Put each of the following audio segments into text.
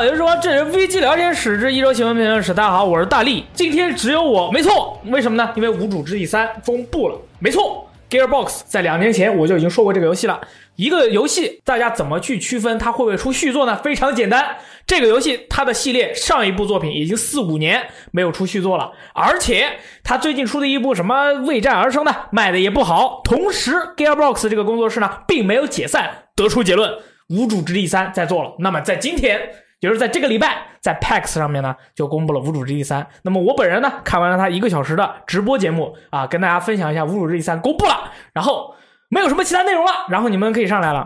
好，也就是说，这是危机聊天室之一周新闻评论室。大家好，我是大力。今天只有我，没错。为什么呢？因为《无主之地3》公布了。没错 ，Gearbox 在2年前我就已经说过这个游戏了。一个游戏，大家怎么去区分它会不会出续作呢？非常简单，这个游戏它的系列上一部作品已经4-5年没有出续作了，而且它最近出的一部什么为战而生的卖的也不好。同时 Gearbox 这个工作室呢并没有解散，得出结论，无主之地3在做了。那么在今天，也就是在这个礼拜，在 PAX 上面呢就公布了无主之地3。那么我本人呢看完了他1个小时的直播节目啊，跟大家分享一下无主之地3公布了，然后没有什么其他内容了，然后你们可以上来了。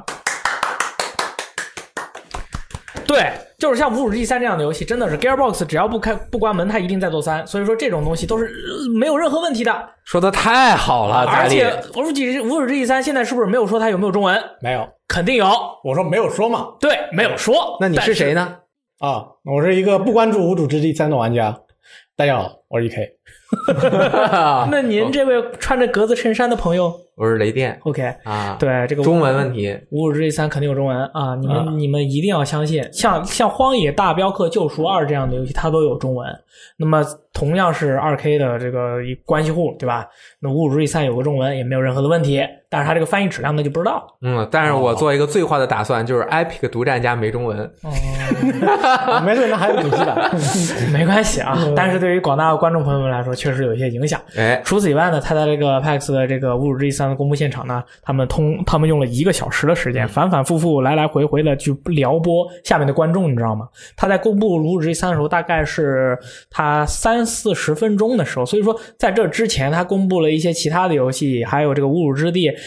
对，就是像无主之地3这样的游戏，真的是 Gearbox 只要不关门，它一定在做3。所以说这种东西都是没有任何问题的。 说的太好了， 而且无主之地3现在是不是没有说它有没有中文？ 没有， 肯定有。 我说没有说嘛。 对，没有说。 那你是谁呢？ 我是一个不关注无主之地3的玩家。大家好，我是 EK。 那您这位穿着格子衬衫的朋友？ 我是雷电。 OK 啊， 对，这个中文问题， 无主之地3肯定有中文啊，你们一定要相信，像荒野大镖客救赎2这样的游戏它都有中文。那么同样是 2K 的这个关系户，对吧？那无主之地3有个中文也没有任何的问题，但是它这个翻译质量呢就不知道。 但是我做一个最坏的打算，就是 Epic 独占家没中文。 没事，那还有主机的。 没关系啊，但是对于广大的观众朋友们来说确实有一些影响。除此以外呢，他在这个 PAX 的这个无主之地3的公布现场呢，他们用了1个小时的时间，反反复复来来回回的去撩拨下面的观众，你知道吗？他在公布无主之地3的时候大概是他30-40分钟的时候，所以说在这之前他公布了一些其他的游戏，还有这个无主之地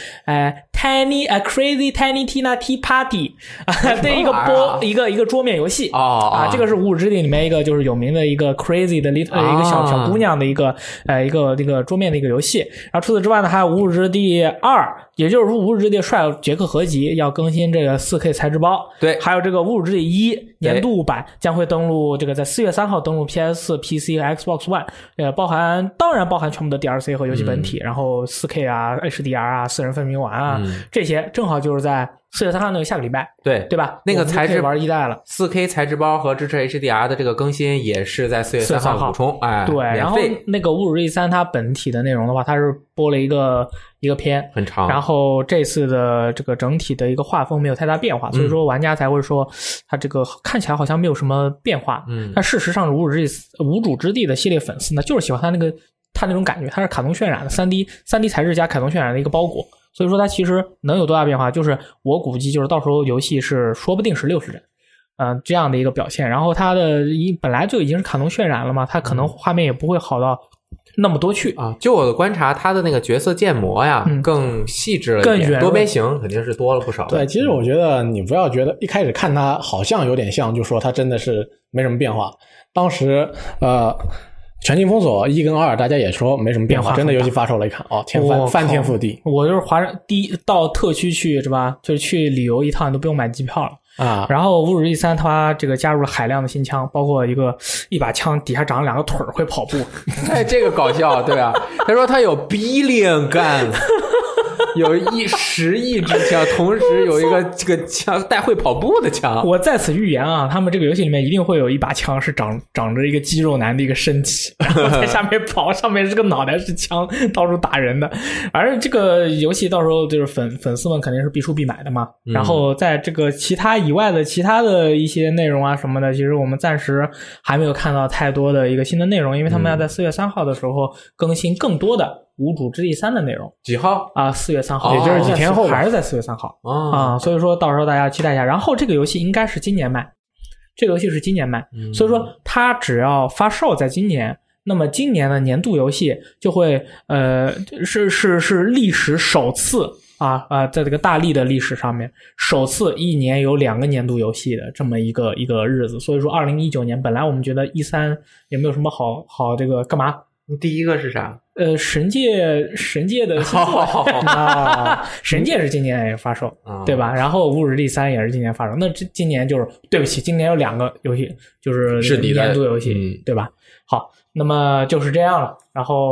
Crazy Tiny Tina Tea Party 的一个桌面游戏这个是无主之地里面一个就是有名的一个 Crazy 的一个小姑娘的一个桌面的一个游戏。然后除此之外呢，还有无主之地2，也就是说无主之地帅杰克合集要更新这个 4K 材质包。 对， 还有这个无主之地1年度版将会登陆这个在4月3号登陆 PS4、PC 和 Xbox One， 当然包含全部的 DLC 和游戏本体，然后 4K 啊、HDR 啊、4人分屏玩啊，这些正好就是在4月3号那个下个礼拜，对吧？ 那个材质玩1代了 ，4K 材质包和支持 HDR 的这个更新也是在4月3号补充， 对。然后那个无主之地3它本体的内容的话，它是播了一个片， 很长。 然后这次的这个整体的一个画风没有太大变化，所以说玩家才会说它这个看起来好像没有什么变化。但事实上无主之地的系列粉丝呢，就是喜欢它那种感觉，它是卡通渲染的3D 材质加卡通渲染的一个包裹。所以说它其实能有多大变化，就是我估计就是到时候游戏是说不定是60帧这样的一个表现。然后它的本来就已经是卡通渲染了嘛，它可能画面也不会好到那么多去就我的观察，它的那个角色建模呀更细致了一点， 更圆， 多边形肯定是多了不少。 对，其实我觉得你不要觉得一开始看它好像有点像，就说它真的是没什么变化。当时全境封锁1跟2大家也说没什么变化，真的游戏发售了一看翻天覆地。 我就是到特区去是吧，就是去旅游一趟都不用买机票了然后无主之地3它这个加入了海量的新枪，包括一把枪底下长了2个腿会跑步这个搞笑对吧？他说他有 billion gun 有10亿支枪，同时有一个这个枪带会跑步的枪。 我在此预言他们这个游戏里面一定会有一把枪是长着一个肌肉男的一个身体，然后在下面跑，上面是个脑袋是枪，到处打人的。而这个游戏到时候就是粉丝们肯定是必出必买的嘛。然后在这个其他以外的其他的一些内容什么的，其实我们暂时还没有看到太多的一个新的内容，因为他们要在4月3号的时候更新更多的无主之地3的内容。 几号 4月3号， 也就是几天后， 还是在4月3号所以说到时候大家期待一下。然后这个游戏应该是今年卖，所以说它只要发售在今年，那么今年的年度游戏就会是历史首次在这个大力的历史上面首次一年有2个年度游戏的这么一个日子。所以说2019年本来我们觉得E3也没有什么好这个干嘛。 第一个是啥？ 神界的神界是今年也发售对吧？然后无主之地3也是今年发售。那今年就是对不起，今年有2个游戏就是年度游戏对吧？好，那么就是这样了。然后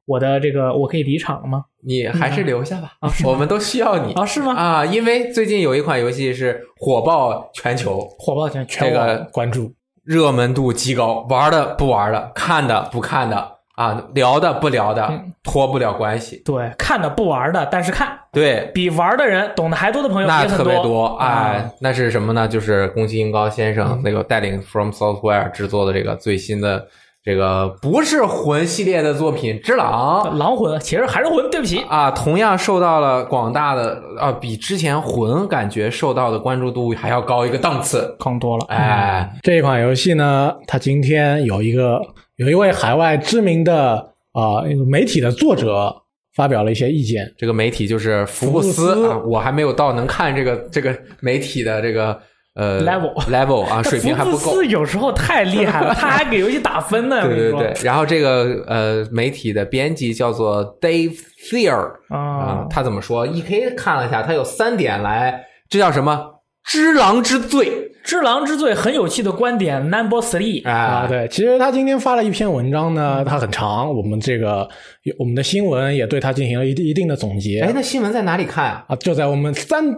我的这个我可以离场了吗？ 你还是留下吧， 我们都需要你是吗？ 啊，因为最近有一款游戏是火爆全球， 全网关注， 热门度极高，玩的不玩的，看的不看的啊，聊的不聊的，脱不了关系。 对，看的不玩的，但是看， 对， 比玩的人懂得还多的朋友那特别多啊。那是什么呢？就是宫崎英高先生那个带领 From Software 制作的这个最新的。这个不是魂系列的作品《只狼》 魂，其实还是魂，对不起啊，同样受到了广大的比之前魂感觉受到的关注度还要高一个档次， 更多了。 这一款游戏呢，它今天有一位海外知名的媒体的作者发表了一些意见。 这个媒体就是福布斯啊，我还没有到能看这个媒体的这个。level 啊，水平还不够。 福布斯有时候太厉害了，他还给游戏打分呢。 对对对。然后这个媒体的编辑叫做 Dave Thier 啊，他怎么说 ？EK 看了一下，他有3点来，这叫什么？只狼之罪。 只狼之罪很有趣的观点 Number 3 啊，对，其实他今天发了一篇文章呢，它很长，我们的新闻也对他进行了一定的总结。 那新闻在哪里看啊？ 就在我们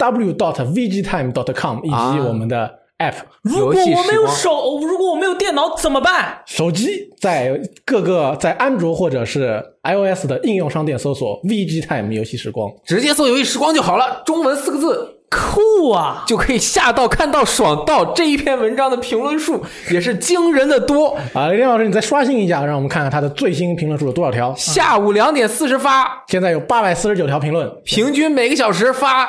3w.vgtime.com 以及我们的 App。 如果我没有电脑怎么办？ 手机在在安卓或者是 iOS 的应用商店搜索 VGTime 游戏时光， 直接搜游戏时光就好了，中文4个字。 酷啊， 就可以下到看到爽到。这一篇文章的评论数也是惊人的多啊！林老师，你再刷新一下，让我们看看他的最新评论数有多少条。 下午2点40发， 现在有849条评论， 平均每个小时发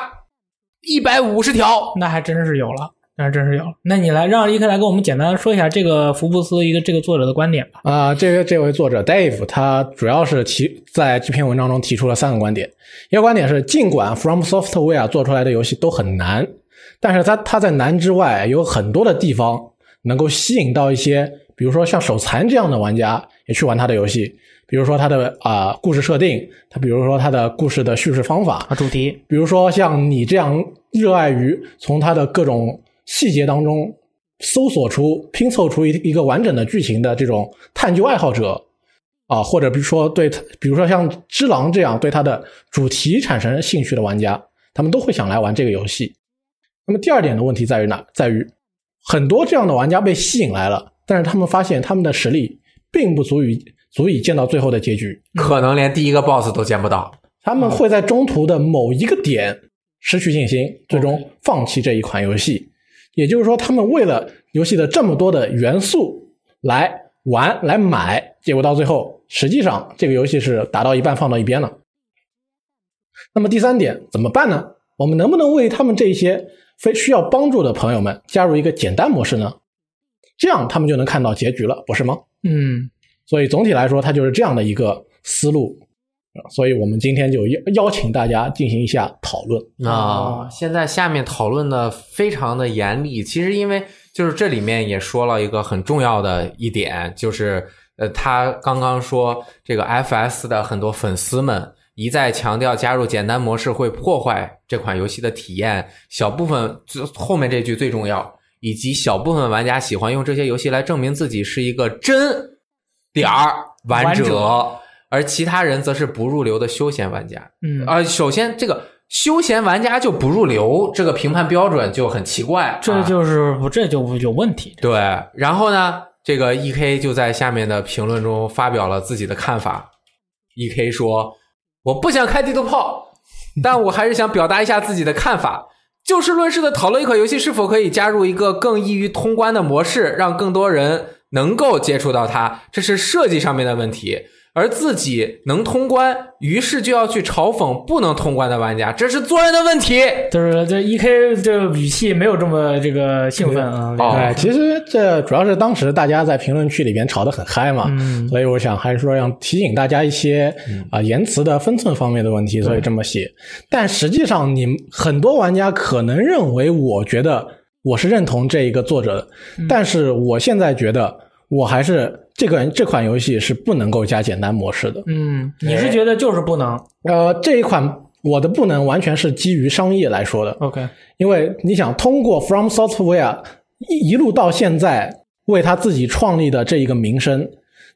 150条， 那还真是有了。那你来让EK来跟我们简单说一下这个福布斯这个作者的观点吧。 这位作者 Dave 他主要是在这篇文章中提出了3个观点。一个观点是，尽管 From Software 做出来的游戏都很难，但是他在难之外有很多的地方能够吸引到一些，比如说像手残这样的玩家也去玩他的游戏。比如说他的故事设定，比如说他的故事的叙事方法主题， 比如说像你这样热爱于从他的各种细节当中拼凑出一个完整的剧情的这种探究爱好者或者比如说像只狼这样对他的主题产生兴趣的玩家，他们都会想来玩这个游戏。那么第二点的问题在于哪？在于很多这样的玩家被吸引来了，但是他们发现他们的实力并不足以见到最后的结局， 可能连第一个 boss 都见不到， 他们会在中途的某一个点失去信心，最终放弃这一款游戏。也就是说，他们为了游戏的这么多的元素来玩来买，结果到最后实际上这个游戏是打到一半放到一边了。那么第3点怎么办呢？我们能不能为他们这些非需要帮助的朋友们加入一个简单模式呢？这样他们就能看到结局了，不是吗？所以总体来说它就是这样的一个思路。所以我们今天就邀请大家进行一下讨论现在下面讨论的非常的严厉，其实因为就是这里面也说了一个很重要的一点，就是他刚刚说这个 FS 的很多粉丝们一再强调加入简单模式会破坏这款游戏的体验，小部分后面这句最重要，以及小部分玩家喜欢用这些游戏来证明自己是一个真玩者，而其他人则是不入流的休闲玩家。首先这个休闲玩家就不入流，这个评判标准就很奇怪， 这就有问题。 对，然后呢，这个 EK 就在下面的评论中发表了自己的看法。EK 说，我不想开地图炮，但我还是想表达一下自己的看法，就事论事的讨论一款游戏是否可以加入一个更易于通关的模式，让更多人能够接触到它，这是设计上面的问题。而自己能通关，于是就要去嘲讽不能通关的玩家，这是做人的问题。 就是这 EK 这个语气没有这么这个兴奋啊。 对，其实这主要是当时大家在评论区里边吵得很嗨嘛，所以我想还是说要提醒大家一些言辞的分寸方面的问题，所以这么写。但实际上很多玩家可能认为我觉得我是认同这一个作者的，但是我现在觉得我还是这款游戏是不能够加简单模式的。 你是觉得就是不能？ 这一款我的不能完全是基于商业来说的。 OK， 因为你想通过 From Software 一路到现在为他自己创立的这一个名声，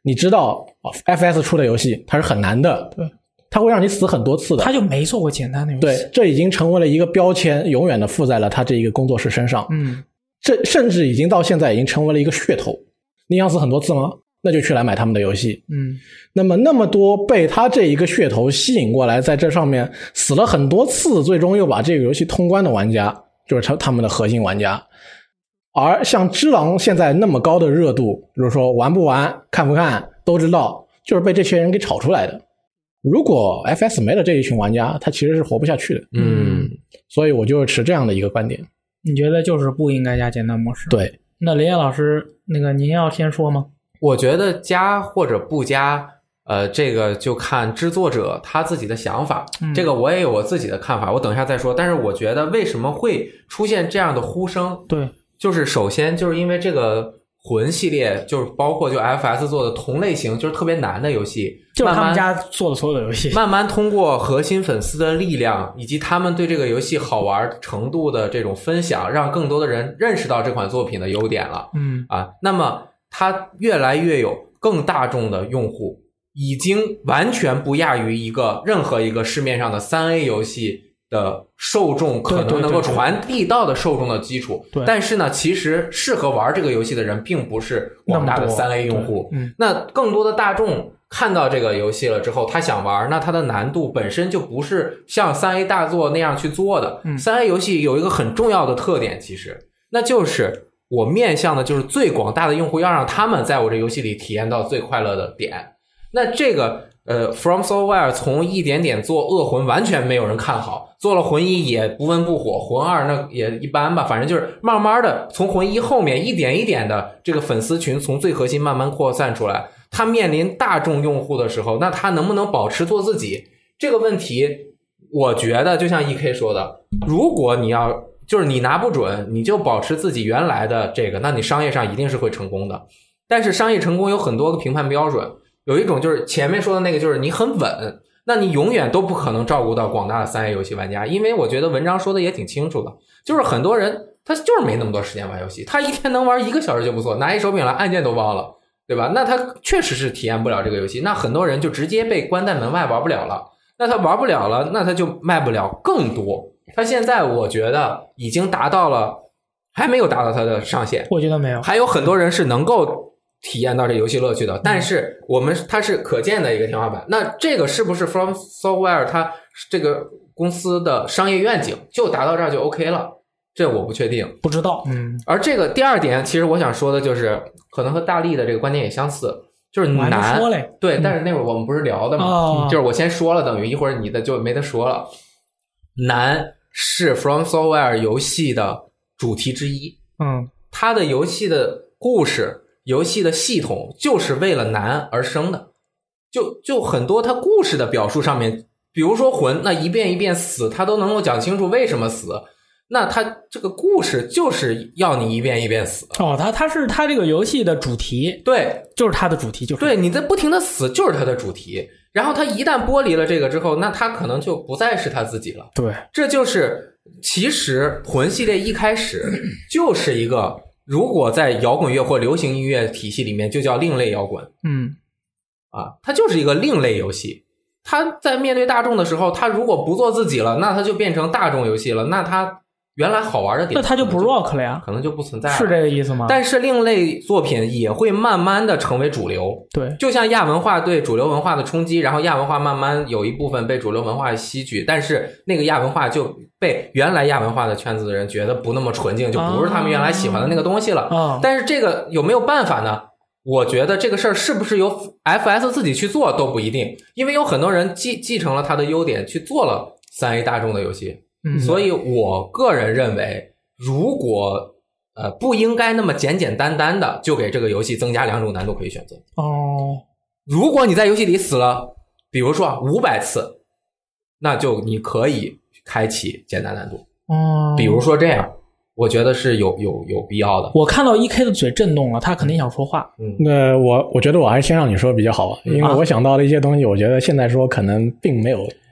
你知道 FS 出的游戏它是很难的， 对， 它会让你死很多次的， 他就没做过简单的游戏。 对，这已经成为了一个标签，永远的附在了他这一个工作室身上。这甚至已经到现在已经成为了一个噱头。你想死很多次吗？那就去来买他们的游戏。那么多被他这一个噱头吸引过来，在这上面死了很多次，最终又把这个游戏通关的玩家，就是他们的核心玩家。而像只狼现在那么高的热度，比如说玩不玩看不看都知道，就是被这些人给炒出来的。如果 FS 没了这一群玩家，他其实是活不下去的。所以我就持这样的一个观点。 你觉得就是不应该加简单模式？ 对。 那林燕老师，那个您要先说吗？ 我觉得加或者不加，这个就看制作者他自己的想法。这个我也有我自己的看法，我等一下再说。但是我觉得为什么会出现这样的呼声？ 对， 就是首先就是因为这个魂系列，就是包括就 FS 做的同类型就是特别难的游戏， 就是他们家做的所有的游戏， 慢慢通过核心粉丝的力量以及他们对这个游戏好玩程度的这种分享，让更多的人认识到这款作品的优点了。那么它越来越有更大众的用户，已经完全不亚于任何一个市面上的 3A 游戏的受众可能能够传递到的受众的基础。但是呢，其实适合玩这个游戏的人并不是广大的 3A 用户。那更多的大众看到这个游戏了之后，他想玩，那它的难度本身就不是像 3A 大作那样去做的。3A 游戏有一个很重要的特点，其实那就是我面向的就是最广大的用户，要让他们在我这游戏里体验到最快乐的点。那这个From Software 从一点点做恶魂完全没有人看好，做了魂1也不温不火，魂2那也一般吧，反正就是慢慢的从魂1后面一点一点的这个粉丝群从最核心慢慢扩散出来。他面临大众用户的时候，那他能不能保持做自己这个问题，我觉得就像 EK 说的，如果你要就是你拿不准，你就保持自己原来的这个，那你商业上一定是会成功的。但是商业成功有很多个评判标准，有一种就是前面说的那个，就是你很稳，那你永远都不可能照顾到广大的 3A 游戏玩家。因为我觉得文章说的也挺清楚的，就是很多人他就是没那么多时间玩游戏，他一天能玩1个小时就不错，拿一手柄来按键都忘了，对吧？那他确实是体验不了这个游戏，那很多人就直接被关在门外玩不了了。那他玩不了了，那他就卖不了更多。他现在我觉得已经达到了，还没有达到他的上限。 我觉得没有， 还有很多人是能够体验到这游戏乐趣的，但是它是可见的一个天花板。那这个是不是 From Software 它这个公司的商业愿景就达到这儿就 OK 了？这我不确定， 不知道。 而这个第二点，其实我想说的就是，可能和大力的这个观点也相似，就是难。 说嘞， 对，但是那会儿我们不是聊的嘛，就是我先说了，等于一会儿你的就没得说了。难是 From Software 游戏的主题之一。它的游戏的故事、游戏的系统就是为了难而生的。就很多它故事的表述上面，比如说魂，那一遍一遍死，它都能够讲清楚为什么死。那它这个故事就是要你一遍一遍死。 它是它这个游戏的主题。 对， 就是它的主题，就是对，你在不停的死就是它的主题。然后他一旦剥离了这个之后，那他可能就不再是他自己了。 对， 这就是其实魂系列一开始就是一个，如果在摇滚乐或流行音乐体系里面就叫另类摇滚。它就是一个另类游戏。他在面对大众的时候，他如果不做自己了，那他就变成大众游戏了，那他原来好玩的点， 那他就不 rock 了呀， 可能就不存在了， 是这个意思吗？ 但是另类作品也会慢慢的成为主流。 对， 就像亚文化对主流文化的冲击，然后亚文化慢慢有一部分被主流文化吸取，但是那个亚文化就被原来亚文化的圈子的人觉得不那么纯净，就不是他们原来喜欢的那个东西了。但是这个有没有办法呢？我觉得这个事儿是不是由 FS 自己去做都不一定，因为有很多人继承了他的优点去做了 3A 大众的游戏。所以我个人认为，如果不应该那么简简单单的就给这个游戏增加2种难度可以选择。如果你在游戏里死了，比如说500次，那就你可以开启简单难度。比如说这样，我觉得是有必要的。 我看到 EK 的嘴震动了，他肯定想说话。 那我觉得我还是先让你说比较好吧，因为我想到了一些东西，我觉得现在说可能并没有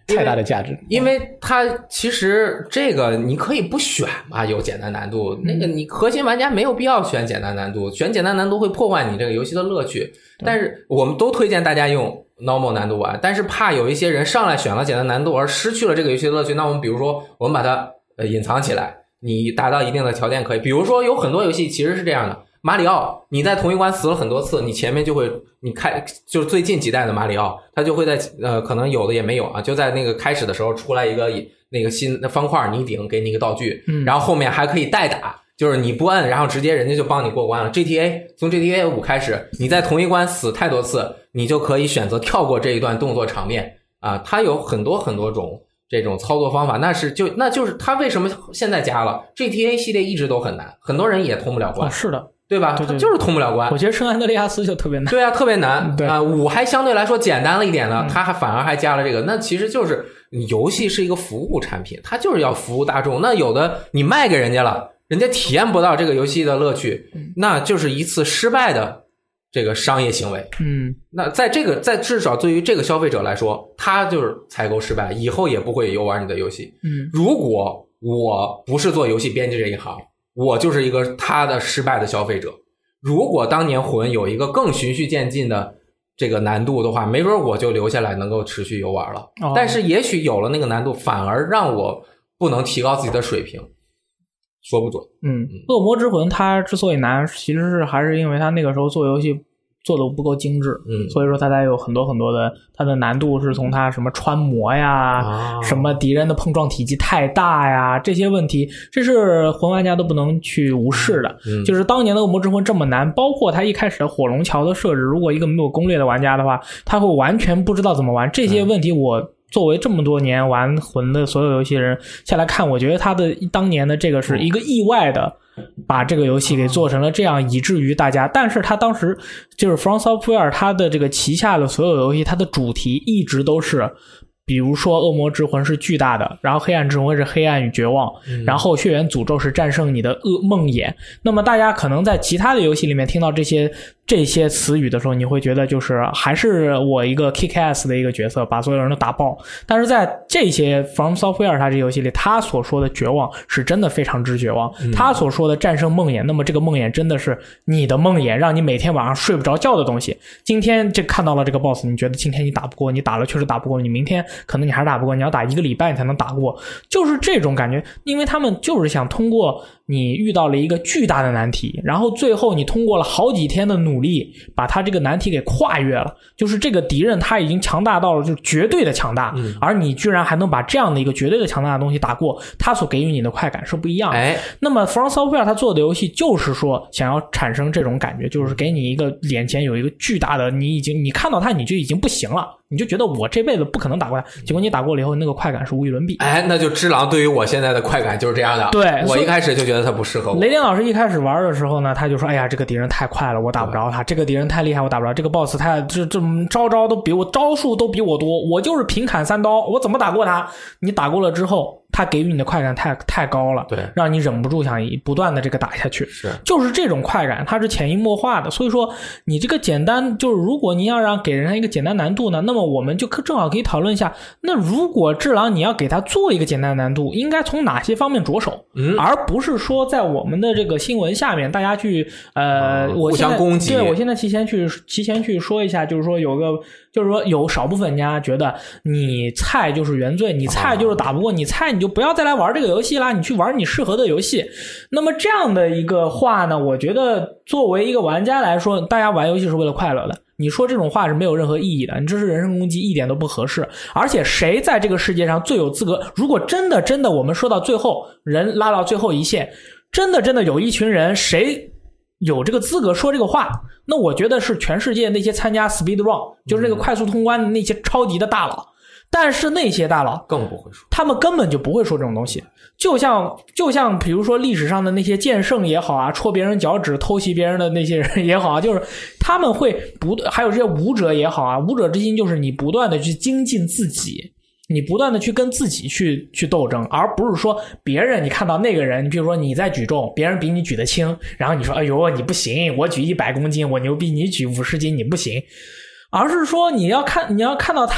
太大的价值。 因为它其实这个你可以不选嘛，有简单难度，那个你核心玩家没有必要选简单难度，选简单难度会破坏你这个游戏的乐趣。但是我们都推荐大家用 normal 难度玩，但是怕有一些人上来选了简单难度而失去了这个游戏的乐趣。那我们比如说我们把它隐藏起来，你达到一定的条件可以，比如说有很多游戏其实是这样的，马里奥你在同一关死了很多次，你前面就会就是最近几代的马里奥它就会在可能有的也没有啊，就在那个开始的时候出来一个那个新的方块泥顶给你一个道具，然后后面还可以代打，就是你不摁然后直接人家就帮你过关了。 GTA 从 GTA 5开始，你在同一关死太多次，你就可以选择跳过这一段动作场面啊，它有很多很多种这种操作方法，那就是它为什么现在加了 GTA 系列一直都很难，很多人也通不了关。 是的， 对吧？ 对， 它就是通不了关。 我觉得圣安德烈亚斯就特别难。 对啊，特别难。 对 5还相对来说简单了一点呢，它反而还加了这个。那其实就是游戏是一个服务产品，它就是要服务大众。那有的你卖给人家了，人家体验不到这个游戏的乐趣，那就是一次失败的这个商业行为。那在至少对于这个消费者来说，他就是采购失败，以后也不会游玩你的游戏。如果我不是做游戏编辑这一行，我就是一个他的失败的消费者。如果当年魂有一个更循序渐进的这个难度的话，没准我就留下来能够持续游玩了。但是也许有了那个难度，反而让我不能提高自己的水平，说不准。 恶魔之魂它之所以难，其实是还是因为它那个时候做游戏做的不够精致，所以说它才有很多很多的，它的难度是从它什么穿模呀，什么敌人的碰撞体积太大呀，这些问题，这是魂玩家都不能去无视的。就是当年的恶魔之魂这么难，包括它一开始的火龙桥的设置，如果一个没有攻略的玩家的话，他会完全不知道怎么玩。这些问题我作为这么多年玩魂的所有游戏人下来看，我觉得他的当年的这个是一个意外的把这个游戏给做成了这样，以至于大家，但是他当时就是 From Software 他的这个旗下的所有游戏，它的主题一直都是比如说恶魔之魂是巨大的，然后黑暗之魂是黑暗与绝望，然后血缘诅咒是战胜你的梦魇。那么大家可能在其他的游戏里面听到这些词语的时候，你会觉得就是还是我一个 kick ass 的一个角色，把所有人都打爆。但是在这些 From Software 它这游戏里，他所说的绝望是真的非常之绝望，他所说的战胜梦魇，那么这个梦魇真的是你的梦魇，让你每天晚上睡不着觉的东西。今天这看到了这个 boss， 你觉得今天你打不过，你打了确实打不过，你明天可能你还是打不过，你要打1个礼拜你才能打过，就是这种感觉。因为他们就是想通过你遇到了一个巨大的难题，然后最后你通过了好几天的努力把他这个难题给跨越了，就是这个敌人他已经强大到了就是绝对的强大，而你居然还能把这样的一个绝对的强大的东西打过，他所给予你的快感是不一样的。那么 From Software 他做的游戏就是说想要产生这种感觉，就是给你一个眼前有一个巨大的，你看到他你就已经不行了，你就觉得我这辈子不可能打过他，结果你打过了以后那个快感是无与伦比。 那就只狼对于我现在的快感就是这样的。 对， 我一开始就觉得他不适合我。 雷电老师一开始玩的时候呢，他就说哎呀这个敌人太快了，我打不着他，这个敌人太厉害我打不着，这个 boss 他这招都比我招数都比我多，我就是平砍3刀我怎么打过他。你打过了之后他给予你的快感太高了， 对， 让你忍不住想不断的这个打下去， 是就是这种快感它是潜移默化的。所以说你这个简单，就是如果你要给人一个简单难度呢，那么我们就正好可以讨论一下，那如果智狼你要给他做一个简单难度，应该从哪些方面着手，而不是说在我们的这个新闻下面大家去互相攻击。 对，我现在提前去说一下，就是说有少部分人家觉得你菜就是原罪，你菜就是打不过，你菜你就不要再来玩这个游戏啦，你去玩你适合的游戏。那么这样的一个话呢，我觉得作为一个玩家来说，大家玩游戏是为了快乐的，你说这种话是没有任何意义的，你这是人身攻击，一点都不合适。而且谁在这个世界上最有资格，如果真的我们说到最后，人拉到最后一线，真的有一群人谁有这个资格说这个话，那我觉得是全世界那些参加 speed run 就是那个快速通关的那些超级的大佬。但是那些大佬更不会说， 他们根本就不会说这种东西。就像比如说历史上的那些剑圣也好啊，戳别人脚趾偷袭别人的那些人也好啊，就是他们会还有这些武者也好啊，武者之心就是你不断的去精进自己，你不断的去跟自己去斗争，而不是说别人你看到那个人，你比如说你在举重，别人比你举得轻，然后你说哎呦你不行，我举100公斤我牛逼，你举50斤你不行，而是说你要看到他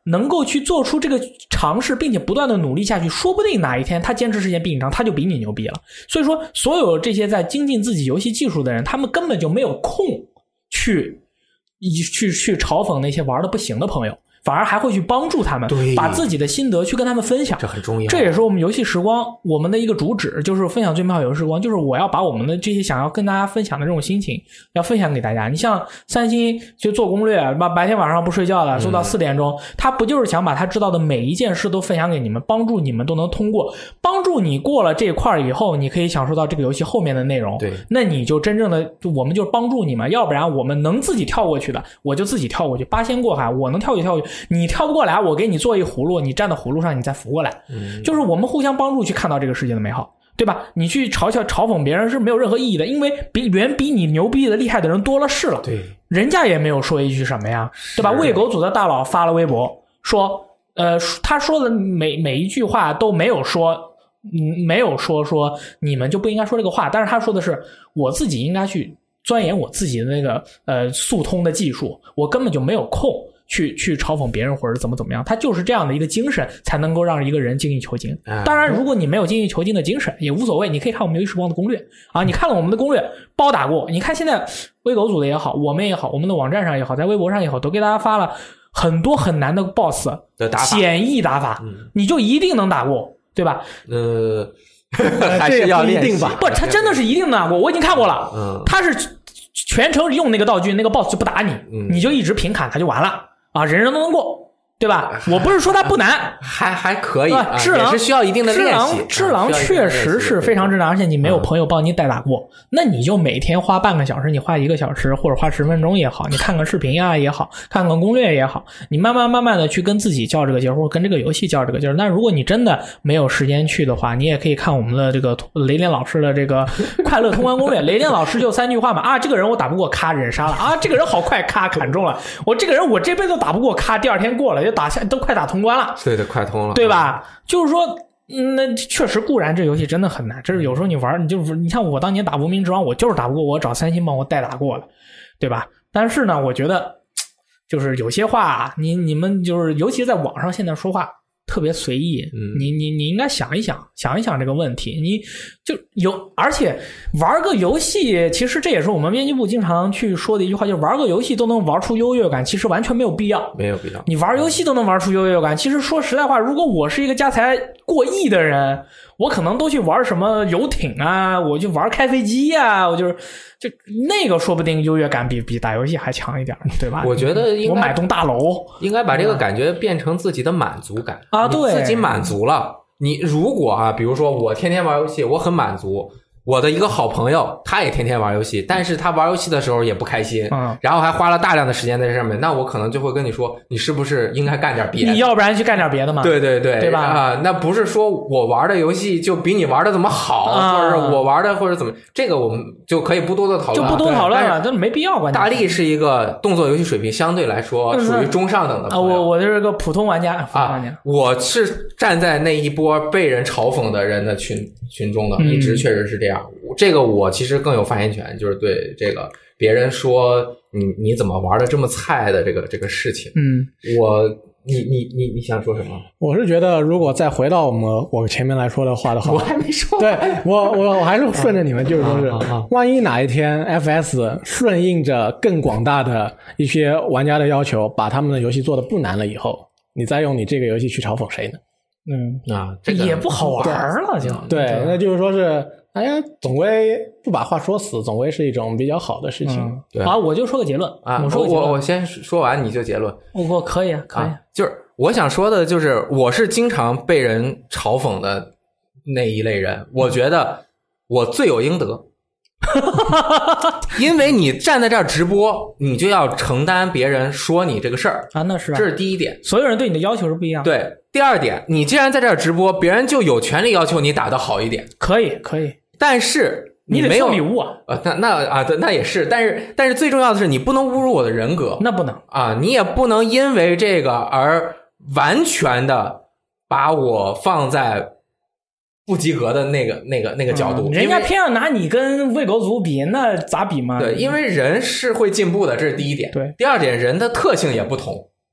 能够去做出这个尝试，并且不断的努力下去，说不定哪一天他坚持时间比你长，他就比你牛逼了。所以说，所有这些在精进自己游戏技术的人，他们根本就没有空去嘲讽那些玩的不行的朋友。反而还会去帮助他们，把自己的心得去跟他们分享， 这很重要。 这也是我们游戏时光我们的一个主旨，就是分享最美好游戏时光，就是我要把我们的这些想要跟大家分享的这种心情要分享给大家。你像三星去做攻略，白天晚上不睡觉的做到4点钟，他不就是想把他知道的每一件事都分享给你们，帮助你们都能通过，帮助你过了这块以后，你可以享受到这个游戏后面的内容。 对， 那你就真正的我们就帮助你们，要不然我们能自己跳过去的，我就自己跳过去，八仙过海，我能跳过去，你跳不过来，我给你做一葫芦，你站到葫芦上，你再扶过来。就是我们互相帮助去看到这个世界的美好，对吧？你去嘲讽别人是没有任何意义的，因为远比你牛逼的厉害的人多了是了。 对， 人家也没有说一句什么呀，对吧？喂狗组的大佬发了微博说，他说的每一句话都没有说你们就不应该说这个话，但是他说的是我自己应该去钻研我自己的那个速通的技术，我根本就没有空去嘲讽别人或者怎么样，他就是这样的一个精神才能够让一个人精益求精。当然如果你没有精益求精的精神也无所谓，你可以看我们游戏时光的攻略啊，你看了我们的攻略包打过，你看现在微狗组的也好，我们也好，我们的网站上也好，在微博上也好，都给大家发了很多很难的 BOSS 的打法， 简易打法，你就一定能打过，对吧？ 还是要练习吧。 不，他真的是一定能打过，我已经看过了。他是全程用那个道具，那个 BOSS 就不打你，你就一直平砍他就完了啊，人人都能过，对吧？我不是说它不难， 还可以， 智狼也是需要一定的练习。 智狼确实是非常智障，而且你没有朋友帮你代打过，那你就每天花半个小时，你花1个小时或者花10分钟也好，你看看视频啊也好，看看攻略也好，你慢慢的去跟自己较这个劲儿，或者跟这个游戏较这个劲儿。但如果你真的没有时间去的话，你也可以看我们的这个雷电老师的这个快乐通关攻略。雷电老师就3句话嘛，啊，这个人我打不过，咔忍杀了，啊，这个人好快，咔砍中了，我这个人我这辈子都打不过，咔第2天过了，就都快打通关了。 对的，快通了， 对吧？就是说那确实固然这游戏真的很难，这是有时候你玩你像我当年打无名之王，我就是打不过，我找三星帮我代打过了，对吧？但是呢，我觉得就是有些话你们就是尤其是在网上现在说话特别随意，你应该想一想这个问题。你就而且玩个游戏，其实这也是我们编辑部经常去说的一句话，就是玩个游戏都能玩出优越感，其实完全没有必要。 没有必要。 你玩游戏都能玩出优越感，其实说实在话，如果我是一个家财过亿的人，我可能都去玩什么游艇啊，我就玩开飞机啊，我就那个说不定优越感比打游戏还强一点，对吧？ 我觉得我买栋大楼， 应该把这个感觉变成自己的满足感啊，对， 自己满足了。你如果比如说我天天玩游戏，我很满足。我的一个好朋友他也天天玩游戏，但是他玩游戏的时候也不开心，然后还花了大量的时间在这上面，那我可能就会跟你说，你是不是应该干点别的？ 你要不然去干点别的嘛？ 对对对， 对吧？ 那不是说我玩的游戏就比你玩的怎么好，或者是我玩的或者怎么，这个我们就可以不多讨论， 就不多讨论了，这没必要。关键大力是一个动作游戏水平相对来说属于中上等的朋友， 我就是个普通玩家我是站在那一波被人嘲讽的人的群中的，一直确实是这样。这个我其实更有发言权，就是对这个别人说你怎么玩的这么菜的这个事情。你想说什么？ 我是觉得如果再回到我前面来说的话的话， 我还没说。 对，我还是顺着你们，就是说是万一哪一天 FS 顺应着更广大的一些玩家的要求，把他们的游戏做得不难了以后，你再用你这个游戏去嘲讽谁呢？ 这也不好玩了，就对，那就是说是，哎呀，总归不把话说死，总归是一种比较好的事情。 好，我就说个结论啊，我先说完你就结论。 我可以可以， 就是我想说的就是，我是经常被人嘲讽的那一类人，我觉得我罪有应得。因为你站在这儿直播，你就要承担别人说你这个事儿啊，那是这是第一点。 所有人对你的要求是不一样的。 对，第二点，你既然在这儿直播，别人就有权利要求你打得好一点。 可以， 但是你没有送礼物啊。 那也是，但是最重要的是，你不能侮辱我的人格。 那不能啊，你也不能因为这个而完全的把我放在不及格的那个角度， 人家偏要拿你跟喂狗族比，那咋比嘛？ 对，因为人是会进步的，这是第一点。 对， 第二点，人的特性也不同，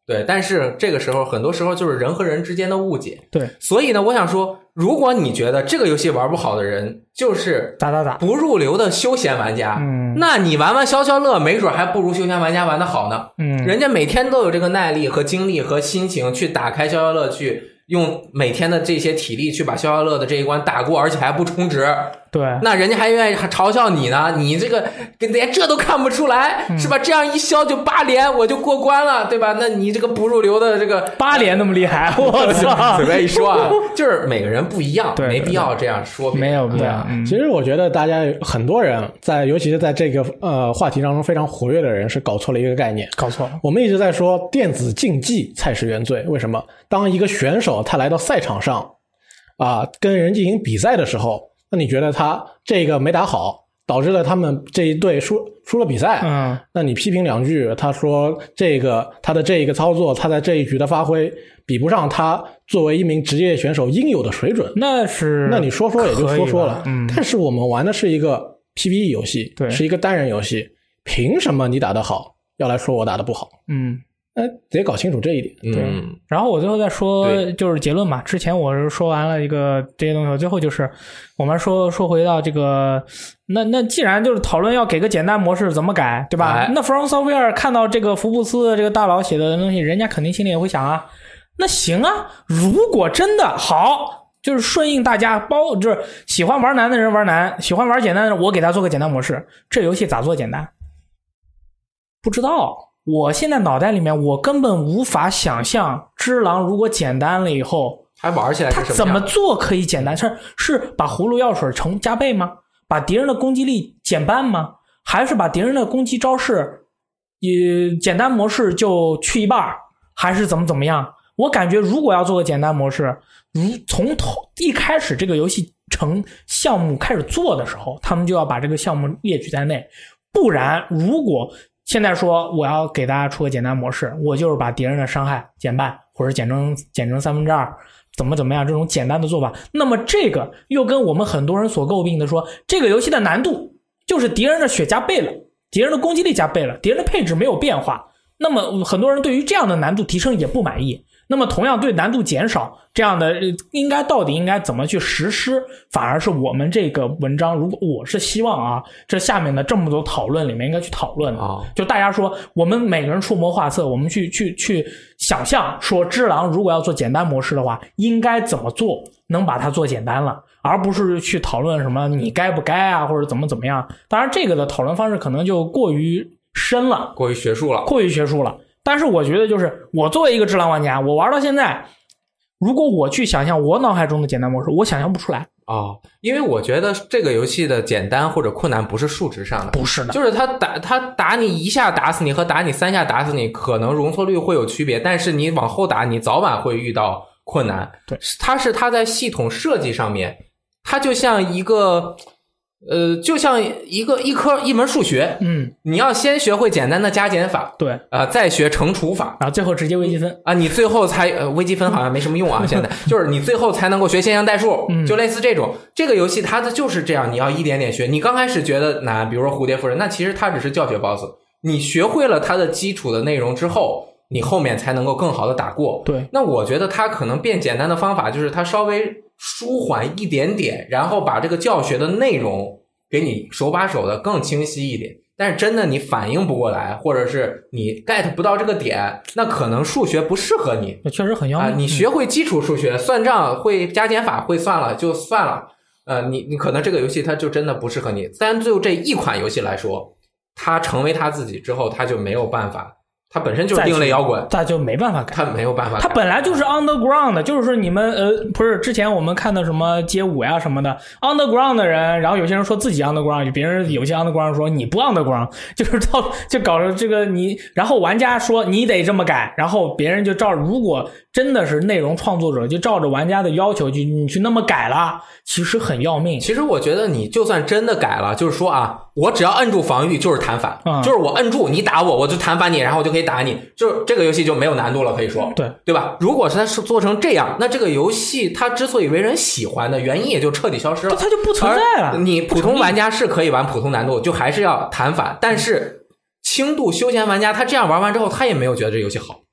对，但是这个时候很多时候就是人和人之间的误解。 对， 所以呢，我想说，如果你觉得这个游戏玩不好的人就是不入流的休闲玩家，那你玩消消乐没准还不如休闲玩家玩得好呢。人家每天都有这个耐力和精力和心情去打开消消乐，去用每天的这些体力去把消消乐的这一关打过，而且还不充值。 对， 那人家还愿意嘲笑你呢，你这个连这都看不出来，是吧？这样一消就8连，我就过关了，对吧？那你这个不入流的这个 8连那么厉害，我操！ 随便一说啊，就是每个人不一样，没必要这样说。 没有，对啊。其实我觉得大家很多人尤其是在这个话题当中非常活跃的人是搞错了一个概念， 搞错了。 我们一直在说电子竞技才是原罪，为什么？当一个选手他来到赛场上跟人进行比赛的时候。那你觉得他这个没打好，导致了他们这一队输了比赛，那你批评2句，他说他的这一个操作，他在这一局的发挥比不上他作为一名职业选手应有的水准，那你说也就说了。但是我们玩的是一个 PVE 游戏，对，是一个单人游戏，凭什么你打得好要来说我打得不好？得搞清楚这一点。 对，然后我最后再说就是结论嘛。之前我是说完了一个这些东西，最后就是我们说回到这个，那既然就是讨论要给个简单模式怎么改，对吧？那 From Software 看到这个福布斯这个大佬写的东西，人家肯定心里也会想啊，那行啊，如果真的好，就是顺应大家就是喜欢玩难的人玩难，喜欢玩简单的人，我给他做个简单模式，这游戏咋做简单？不知道。我现在脑袋里面我根本无法想象只狼如果简单了以后还玩起来是什么样， 他怎么做可以简单？是把葫芦药水加倍吗？把敌人的攻击力减半吗？还是把敌人的攻击招式简单模式就去一半？还是怎么样？我感觉如果要做个简单模式，从一开始这个游戏成项目开始做的时候，他们就要把这个项目列举在内，不然如果现在说我要给大家出个简单模式，我就是把敌人的伤害减半或者减成2/3，怎么样这种简单的做法，那么这个又跟我们很多人所诟病的说这个游戏的难度就是敌人的血加倍了，敌人的攻击力加倍了，敌人的配置没有变化，那么很多人对于这样的难度提升也不满意。那么同样对难度减少这样的到底应该怎么去实施，反而是我们这个文章，如果我是希望这下面的这么多讨论里面应该去讨论就大家说我们每个人出谋划策，我们去想象说只狼如果要做简单模式的话应该怎么做能把它做简单了，而不是去讨论什么你该不该或者怎么样。当然这个的讨论方式可能就过于深了， 过于学术了。 但是我觉得就是我作为一个只狼玩家，我玩到现在，如果我去想象我脑海中的简单模式，我想象不出来因为我觉得这个游戏的简单或者困难不是数值上的， 不是的， 就是他打你1下打死你和打你3下打死你可能容错率会有区别，但是你往后打你早晚会遇到困难。 对， 它在系统设计上面，它就像一个就像一门数学，你要先学会简单的加减法， 对再学乘除法， 然后最后直接微积分你最后才微积分好像没什么用现在就是你最后才能够学线性代数，就类似这种。这个游戏它的就是这样，你要一点点学。你刚开始觉得难，比如说蝴蝶夫人，那其实它只是教学 boss， 你学会了它的基础的内容之后，你后面才能够更好的打过。 对， 那我觉得它可能变简单的方法就是它稍微舒缓一点点，然后把这个教学的内容给你手把手的更清晰一点。但是真的你反应不过来，或者是你 get 不到这个点，那可能数学不适合你。 确实很要命你学会基础数学，算账会加减法会算了就算了，你可能这个游戏它就真的不适合你。但就这一款游戏来说，它成为它自己之后，它就没有办法，它本身就是另类摇滚， 它就没办法改， 它没有办法改， 它本来就是 underground 的，就是说你们不是之前我们看的什么街舞呀什么的 underground 的人，然后有些人说自己 underground， 别人有些 underground 说你不 underground， 就是就搞着这个你，然后玩家说你得这么改，然后别人就照，如果真的是内容创作者就照着玩家的要求你去那么改了，其实很要命。 其实我觉得你就算真的改了，就是说我只要摁住防御就是弹反，就是我摁住你打我就弹反你，然后我就可以打你，就这个游戏就没有难度了，可以说对吧？如果是它是做成这样，那这个游戏它之所以为人喜欢的原因也就彻底消失了， 它就不存在了。 你普通玩家是可以玩普通难度，就还是要弹反，但是轻度休闲玩家他这样玩完之后他也没有觉得这游戏好，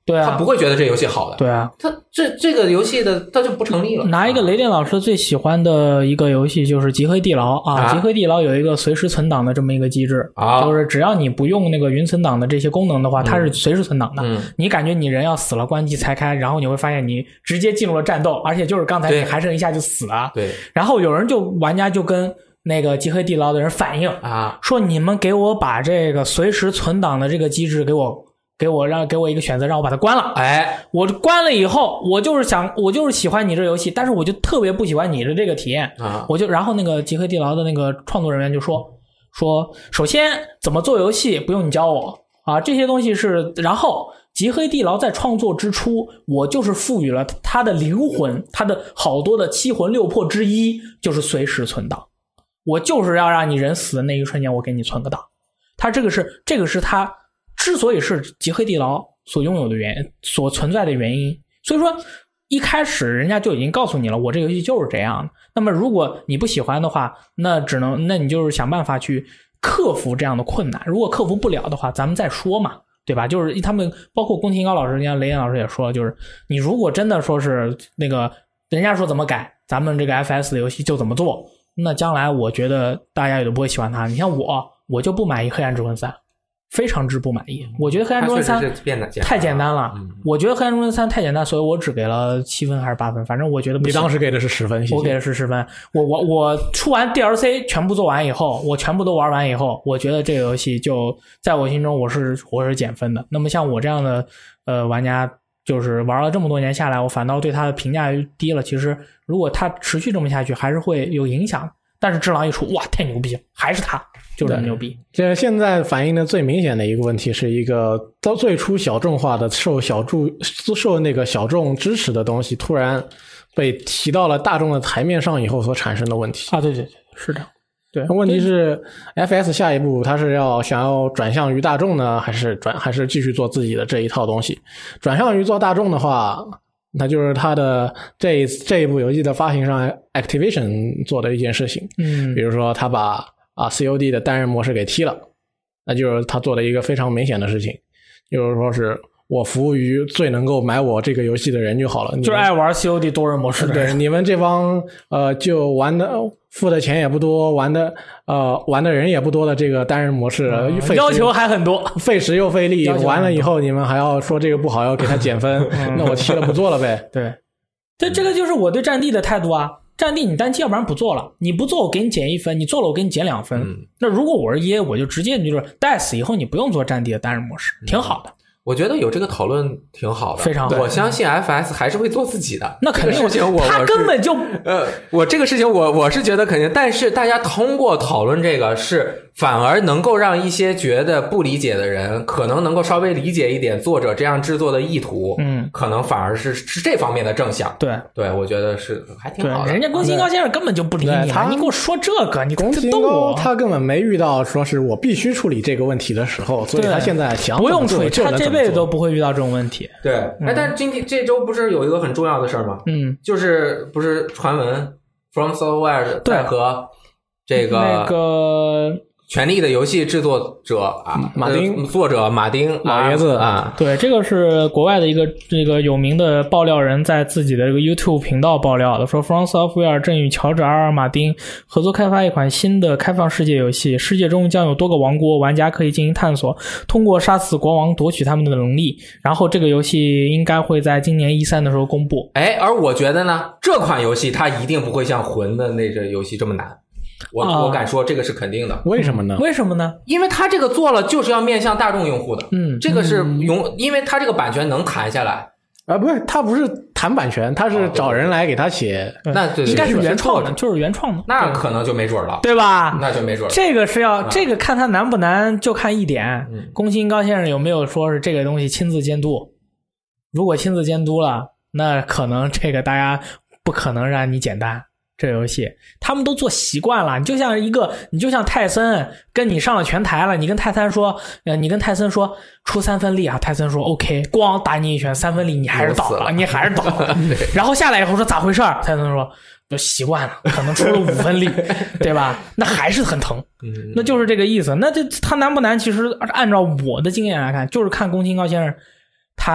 对啊， 他不会觉得这游戏好的。 对啊， 他这个游戏的他就不成立了。 拿一个雷电老师最喜欢的一个游戏就是极黑地牢啊，极黑地牢有一个随时存档的这么一个机制啊，就是只要你不用那个云存档的这些功能的话，它是随时存档的。你感觉你人要死了，关机才开，然后你会发现你直接进入了战斗，而且就是刚才你还剩一下就死了。 对， 然后玩家就跟那个极黑地牢的人反映啊，说你们给我把这个随时存档的这个机制给我一个选择，让我把它关了。 哎，我关了以后，我就是喜欢你这游戏，但是我就特别不喜欢你的这个体验啊。然后那个极黑地牢的那个创作人员就说，首先怎么做游戏不用你教我啊，这些东西是。然后极黑地牢在创作之初，我就是赋予了它的灵魂，它的好多的七魂六魄之一就是随时存档。我就是要让你人死的那一瞬间，我给你存个档。它这个是它之所以是极黑地牢所拥有的所存在的原因。所以说一开始人家就已经告诉你了，我这游戏就是这样的。那么如果你不喜欢的话，那你就是想办法去克服这样的困难。如果克服不了的话，咱们再说嘛，对吧？就是他们包括宫崎英高老师，人家雷燕老师也说了，就是你如果真的说是那个人家说怎么改，咱们这个 FS 的游戏就怎么做，那将来我觉得大家也都不会喜欢它。你像我就不满意黑暗之魂3，非常之不满意。我觉得黑暗之魂3太简单了，我觉得黑暗之魂3太简单，所以我只给了7分还是8分，反正我觉得不行。 你当时给的是10分，谢谢。 我给的是10分。我出完 DLC 全部做完以后，我全部都玩完以后，我觉得这个游戏就在我心中我是减分的。那么像我这样的玩家，就是玩了这么多年下来，我反倒对他的评价低了。其实如果他持续这么下去，还是会有影响。但是只狼一出，哇，太牛逼了，还是他就是牛逼。 这现在反映的最明显的一个问题是一个到最初小众化的受那个小众支持的东西，突然被提到了大众的台面上以后所产生的问题啊。对，是的。对， 问题是 FS 下一步它是想要转向于大众呢，还是继续做自己的这一套东西？转向于做大众的话，那就是他的这一部游戏的发行商 Activision 做的一件事情。比如说他把COD 的单人模式给踢了，那就是他做的一个非常明显的事情，就是说是我服务于最能够买我这个游戏的人就好了， 就是爱玩 COD 多人模式的人。 对，你们这帮就玩的付的钱也不多，玩的人也不多的这个单人模式， 要求还很多， 费时又费力，完了以后你们还要说这个不好，要给他减分，那我踢了不做了呗。 对，这个就是我对战地的态度啊。战地你单机要不然不做了，你不做我给你减1分，你做了我给你减2分。那如果我是EA，我就直接就是带死以后你不用做战地的单人模式，挺好的。 我觉得有这个讨论挺好的， 非常好。 我相信 FS 还是会做自己的。 那肯定， 这个事情他根本就我这个事情我是觉得肯定，但是大家通过讨论这个是反而能够让一些觉得不理解的人可能能够稍微理解一点作者这样制作的意图，可能反而是这方面的正向。对，我觉得是还挺好的。 人家宫崎高先生根本就不理你，你给我说这个，你宫崎高他根本没遇到说是我必须处理这个问题的时候，所以他现在想不用处理，他这辈子都不会遇到这种问题。 对，但是这周不是有一个很重要的事吗？就是不是传闻 From Software 在和这个那个权力的游戏制作者作者马丁老爷子啊， 对，这个是国外的一个这个有名的爆料人在自己的这个 YouTube 频道爆料的，说 From Software 正与乔治 R.R. 马丁合作开发一款新的开放世界游戏，世界中将有多个王国，玩家可以进行探索，通过杀死国王夺取他们的能力，然后这个游戏应该会在今年E3的时候公布。 而我觉得呢，这款游戏它一定不会像魂的那个游戏这么难。我敢说这个是肯定的。 为什么呢？ 因为他这个做了就是要面向大众用户的。这个是因为他这个版权能谈下来。 不是，他不是谈版权，他是找人来给他写。 那对， 应该是原创的，就是原创的。 那可能就没准了， 对吧？ 那就没准了。 这个是要这个看他难不难，就看一点。宫崎英高先生有没有说是这个东西亲自监督？如果亲自监督了，那可能这个大家不可能让你简单。这个游戏他们都做习惯了，你就像泰森跟你上了拳台了，你跟泰森说出3分力啊，泰森说 OK， 咣打你一拳3分力，你还是倒了，然后下来以后说咋回事，泰森说就习惯了，可能出了5分力对吧，那还是很疼。那就是这个意思。那这他难不难，其实按照我的经验来看，就是看宫崎英高先生他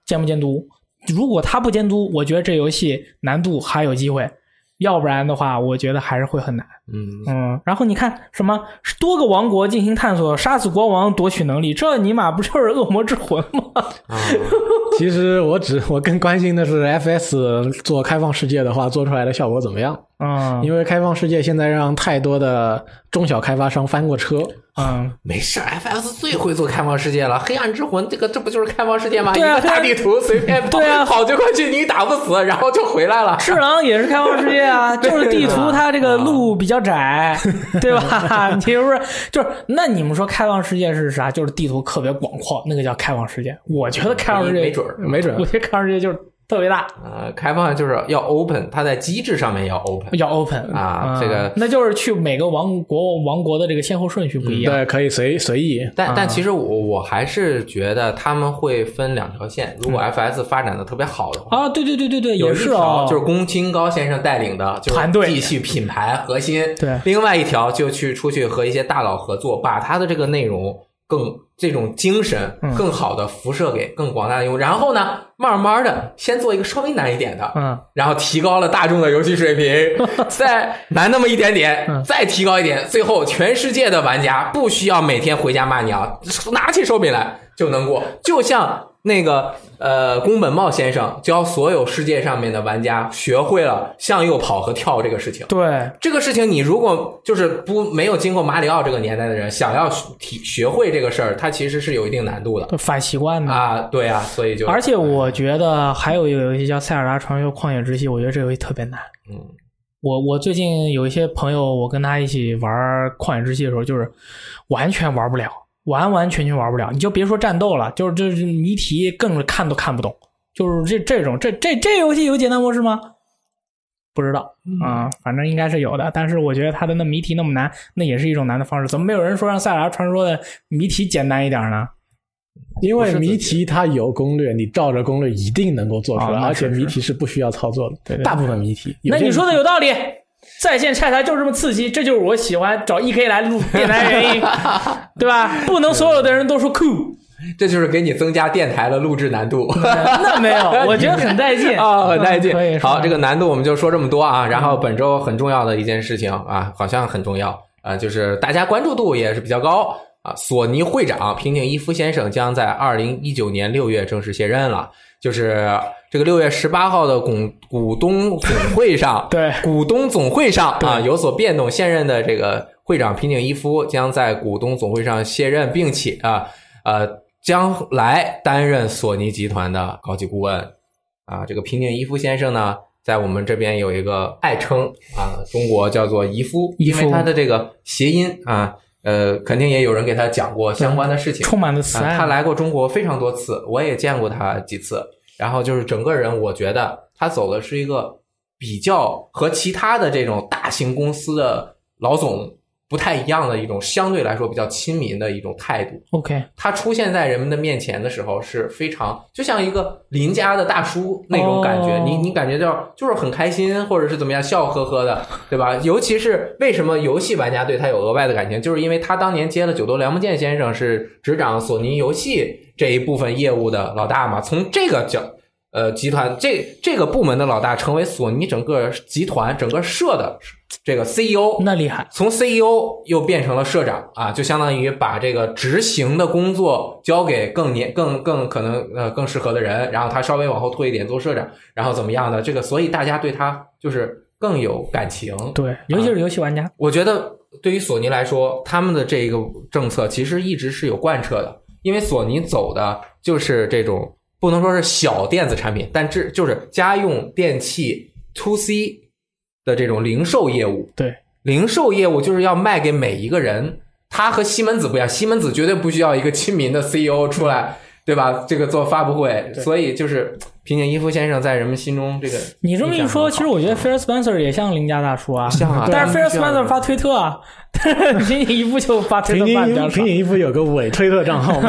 监不监督。如果他不监督，我觉得这游戏难度还有机会，要不然的话我觉得还是会很难。然后你看什么多个王国进行探索，杀死国王夺取能力，这尼玛不就是恶魔之魂吗？ 其实我更关心的是 FS 做开放世界的话做出来的效果怎么样。因为开放世界现在让太多的中小开发商翻过车。 没事 FS 最会做开放世界了，黑暗之魂这不就是开放世界吗？ 对啊， 一个大地图随便跑， 对啊， 跑就过去你打不死然后就回来了。 赤狼也是开放世界啊，就是地图它这个路比较窄，对吧？你就是那你们说开放世界是啥？就是地图特别广阔，那个叫开放世界。我觉得开放世界没准， 我觉得开放世界就是特别大。 开放就是要 open， 它在机制上面要 open 啊，这个那就是去每个王国的这个先后顺序不一样。 对，可以随意。 但其实我还是觉得他们会分两条线。如果 FS 发展的特别好的话对， 有也是就是宫崎高先生带领的，就是团队继续品牌核心。 对， 另外一条就出去和一些大佬合作，把他的这个内容这种精神更好的辐射给更广大的用户，然后呢慢慢的先做一个稍微难一点的，然后提高了大众的游戏水平，再难那么一点点，再提高一点，最后全世界的玩家不需要每天回家骂娘，拿起手柄来就能过。就像那个宫本茂先生教所有世界上面的玩家学会了向右跑和跳这个事情。 对， 这个事情你如果就是没有经过马里奥这个年代的人，想要学会这个事儿，它其实是有一定难度的， 反习惯的啊。对啊，所以就而且我觉得还有一个游戏叫《塞尔达传说：旷野之息》，我觉得这游戏特别难。我最近有一些朋友，我跟他一起玩旷野之息的时候，就是完全玩不了。完全玩不了，你就别说战斗了，就是谜题更是看都看不懂。就是这游戏有简单模式吗？不知道反正应该是有的，但是我觉得它的那谜题那么难，那也是一种难的方式。怎么没有人说让塞尔达传说的谜题简单一点呢？ 因为谜题它有攻略，你照着攻略一定能够做出来，而且谜题是不需要操作的。 对， 大部分谜题。 那你说的有道理。在线拆台就这么刺激，这就是我喜欢找 EK 来录电台原因，对吧？不能所有的人都说酷， 这就是给你增加电台的录制难度。 那没有，我觉得很带劲很带劲。好，这个难度我们就说这么多啊。然后本周很重要的一件事情啊，好像很重要就是大家关注度也是比较高索尼会长平井一夫先生将在2019年6月正式卸任了。就是这个6月18号的股东总会上， 对， 股东总会上有所变动，现任的这个会长平井一夫将在股东总会上卸任，并且将来担任索尼集团的高级顾问这个平井一夫先生呢，在我们这边有一个爱称中国叫做一夫，因为他的这个谐音肯定也有人给他讲过相关的事情， 充满了慈爱。 他来过中国非常多次，我也见过他几次。然后就是整个人，我觉得他走的是一个比较和其他的这种大型公司的老总不太一样的一种相对来说比较亲民的一种态度。 OK， 他出现在人们的面前的时候是非常就像一个邻家的大叔那种感觉，你感觉就是很开心，或者是怎么样笑呵呵的，对吧？尤其是为什么游戏玩家对他有额外的感情，就是因为他当年接了久多良木健先生是执掌索尼游戏这一部分业务的老大嘛，从这个集团这个部门的老大成为索尼整个集团整个社的这个 CEO， 那厉害， 从 CEO 又变成了社长就相当于把这个执行的工作交给更可能更适合的人，然后他稍微往后退一点做社长，然后怎么样的这个，所以大家对他就是更有感情。 对，尤其是游戏玩家， 我觉得对于索尼来说，他们的这个政策其实一直是有贯彻的，因为索尼走的就是这种不能说是小电子产品，但这就是家用电器 2C 的这种零售业务。 对， 零售业务就是要卖给每一个人，他和西门子不一样，西门子绝对不需要一个亲民的 CEO 出来，对吧？这个做发布会，所以就是平井一夫先生在人们心中这个。 你这么一说，其实我觉得菲尔斯潘塞尔也像邻家大叔啊， 像啊， 但是菲尔斯潘塞尔发推特啊，平井一夫就发推特发比较少。 平井一夫有个伪推特账号吗？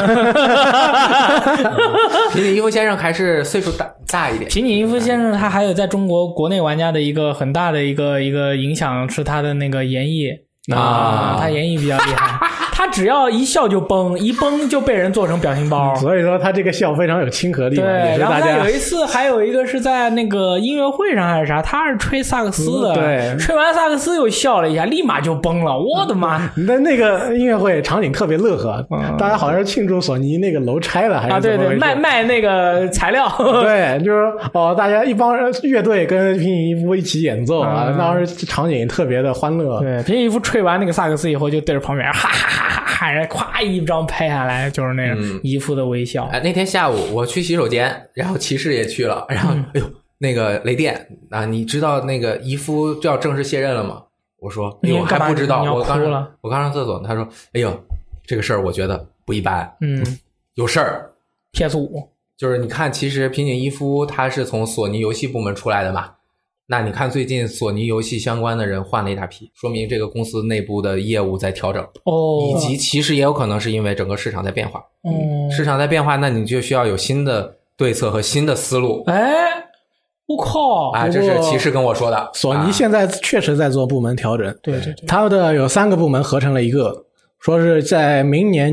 平井一夫先生还是岁数大一点。 平井一夫先生他还有在中国国内玩家的一个很大的一个影响是他的那个演绎。 他演绎比较厉害。他只要一笑就崩，一崩就被人做成表情包， 所以说他这个笑非常有亲和力。 对，然后他有一次还有一个是在那个音乐会上还是啥，他是吹萨克斯的， 对， 吹完萨克斯又笑了一下，立马就崩了，我的妈！ 那个音乐会场景特别乐呵，大家好像是庆祝索尼那个楼拆了还是对对，卖那个材料， 对，就是大家一帮乐队跟平井一夫一起演奏啊，当时场景特别的欢乐。 对，平井一夫吹完那个萨克斯以后，就对着旁边哈哈哈哈，然后咵一张拍下来，就是那种一副的微笑。 那天下午我去洗手间，然后骑士也去了，然后哎呦，那个雷电啊，你知道那个伊夫就要正式卸任了吗？我说我还不知道，我刚上厕所，他说哎呦，这个事儿我觉得不一般，有事儿。 PS5 就是你看，其实平井一夫他是从索尼游戏部门出来的嘛。那你看最近索尼游戏相关的人换了一大批，说明这个公司内部的业务在调整，以及其实也有可能是因为整个市场在变化，市场在变化，那你就需要有新的对策和新的思路。 我靠！ 这是骑士跟我说的。 索尼现在确实在做部门调整， 对对对， 它的有3个部门合成了一个，说是在明年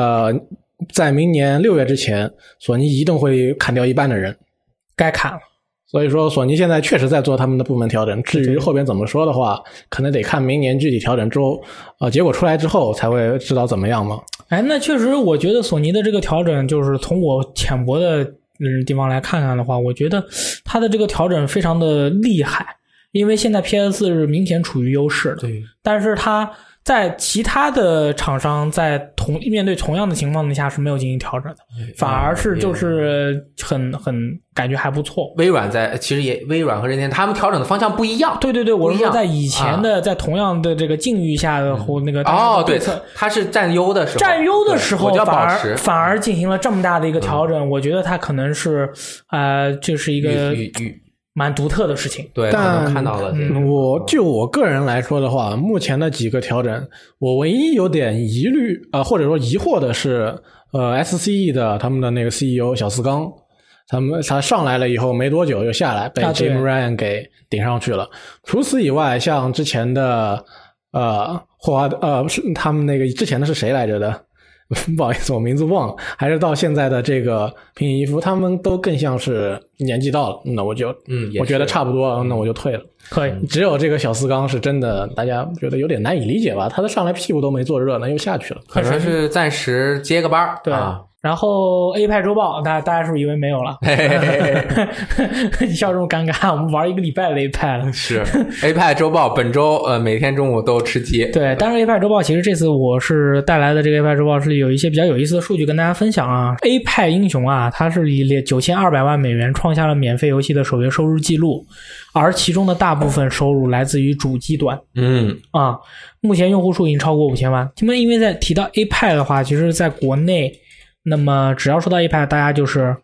6月之前，索尼一定会砍掉一半的人， 该砍了。 所以说索尼现在确实在做他们的部门调整，至于后边怎么说的话，可能得看明年具体调整之后结果出来之后才会知道怎么样嘛。 那确实我觉得索尼的这个调整，就是从我浅薄的地方来看看的话，我觉得它的这个调整非常的厉害，因为现在 PS4 是明显处于优势的， 对， 但是它在其他的厂商在面对同样的情况下是没有进行调整的，反而是就是很感觉还不错。 微软其实微软和任天他们调整的方向不一样。 对对对，我是说在以前的在同样的这个境遇下的那个对，他是占优的时候反而进行了这么大的一个调整，我觉得他可能是这是一个蛮独特的事情。 对，但看到了我个人来说的话，目前的几个调整，我唯一有点疑虑或者说疑惑的是SCE 的他们的那个 CEO 小四刚，他上来了以后没多久又下来，被 Jim Ryan 给顶上去了。除此以外，像之前的他们那个之前的是谁来着的？不好意思，我名字忘了。还是到现在的这个平井一夫，他们都更像是年纪到了，那我就我觉得差不多了，那我就退了。 可以， 只有这个小四刚是真的，大家觉得有点难以理解吧？他上来屁股都没坐热呢，又下去了， 可能是暂时接个班。 对。然后 A 派周报，大家是不是以为没有了？你笑这么尴尬，我们玩1个礼拜的 A 派了。 是 A 派周报，本周每天中午都吃鸡。 对，但是 A 派周报其实这次我是带来的这个 A 派周报是有一些比较有意思的数据跟大家分享啊。A 派英雄啊，它是以9200万美元创下了免费游戏的首月收入记录，而其中的大部分收入来自于主机端。目前用户数已经超过5000万。因为在提到 A 派的话，其实在国内。那么只要说到 A 派，大家就是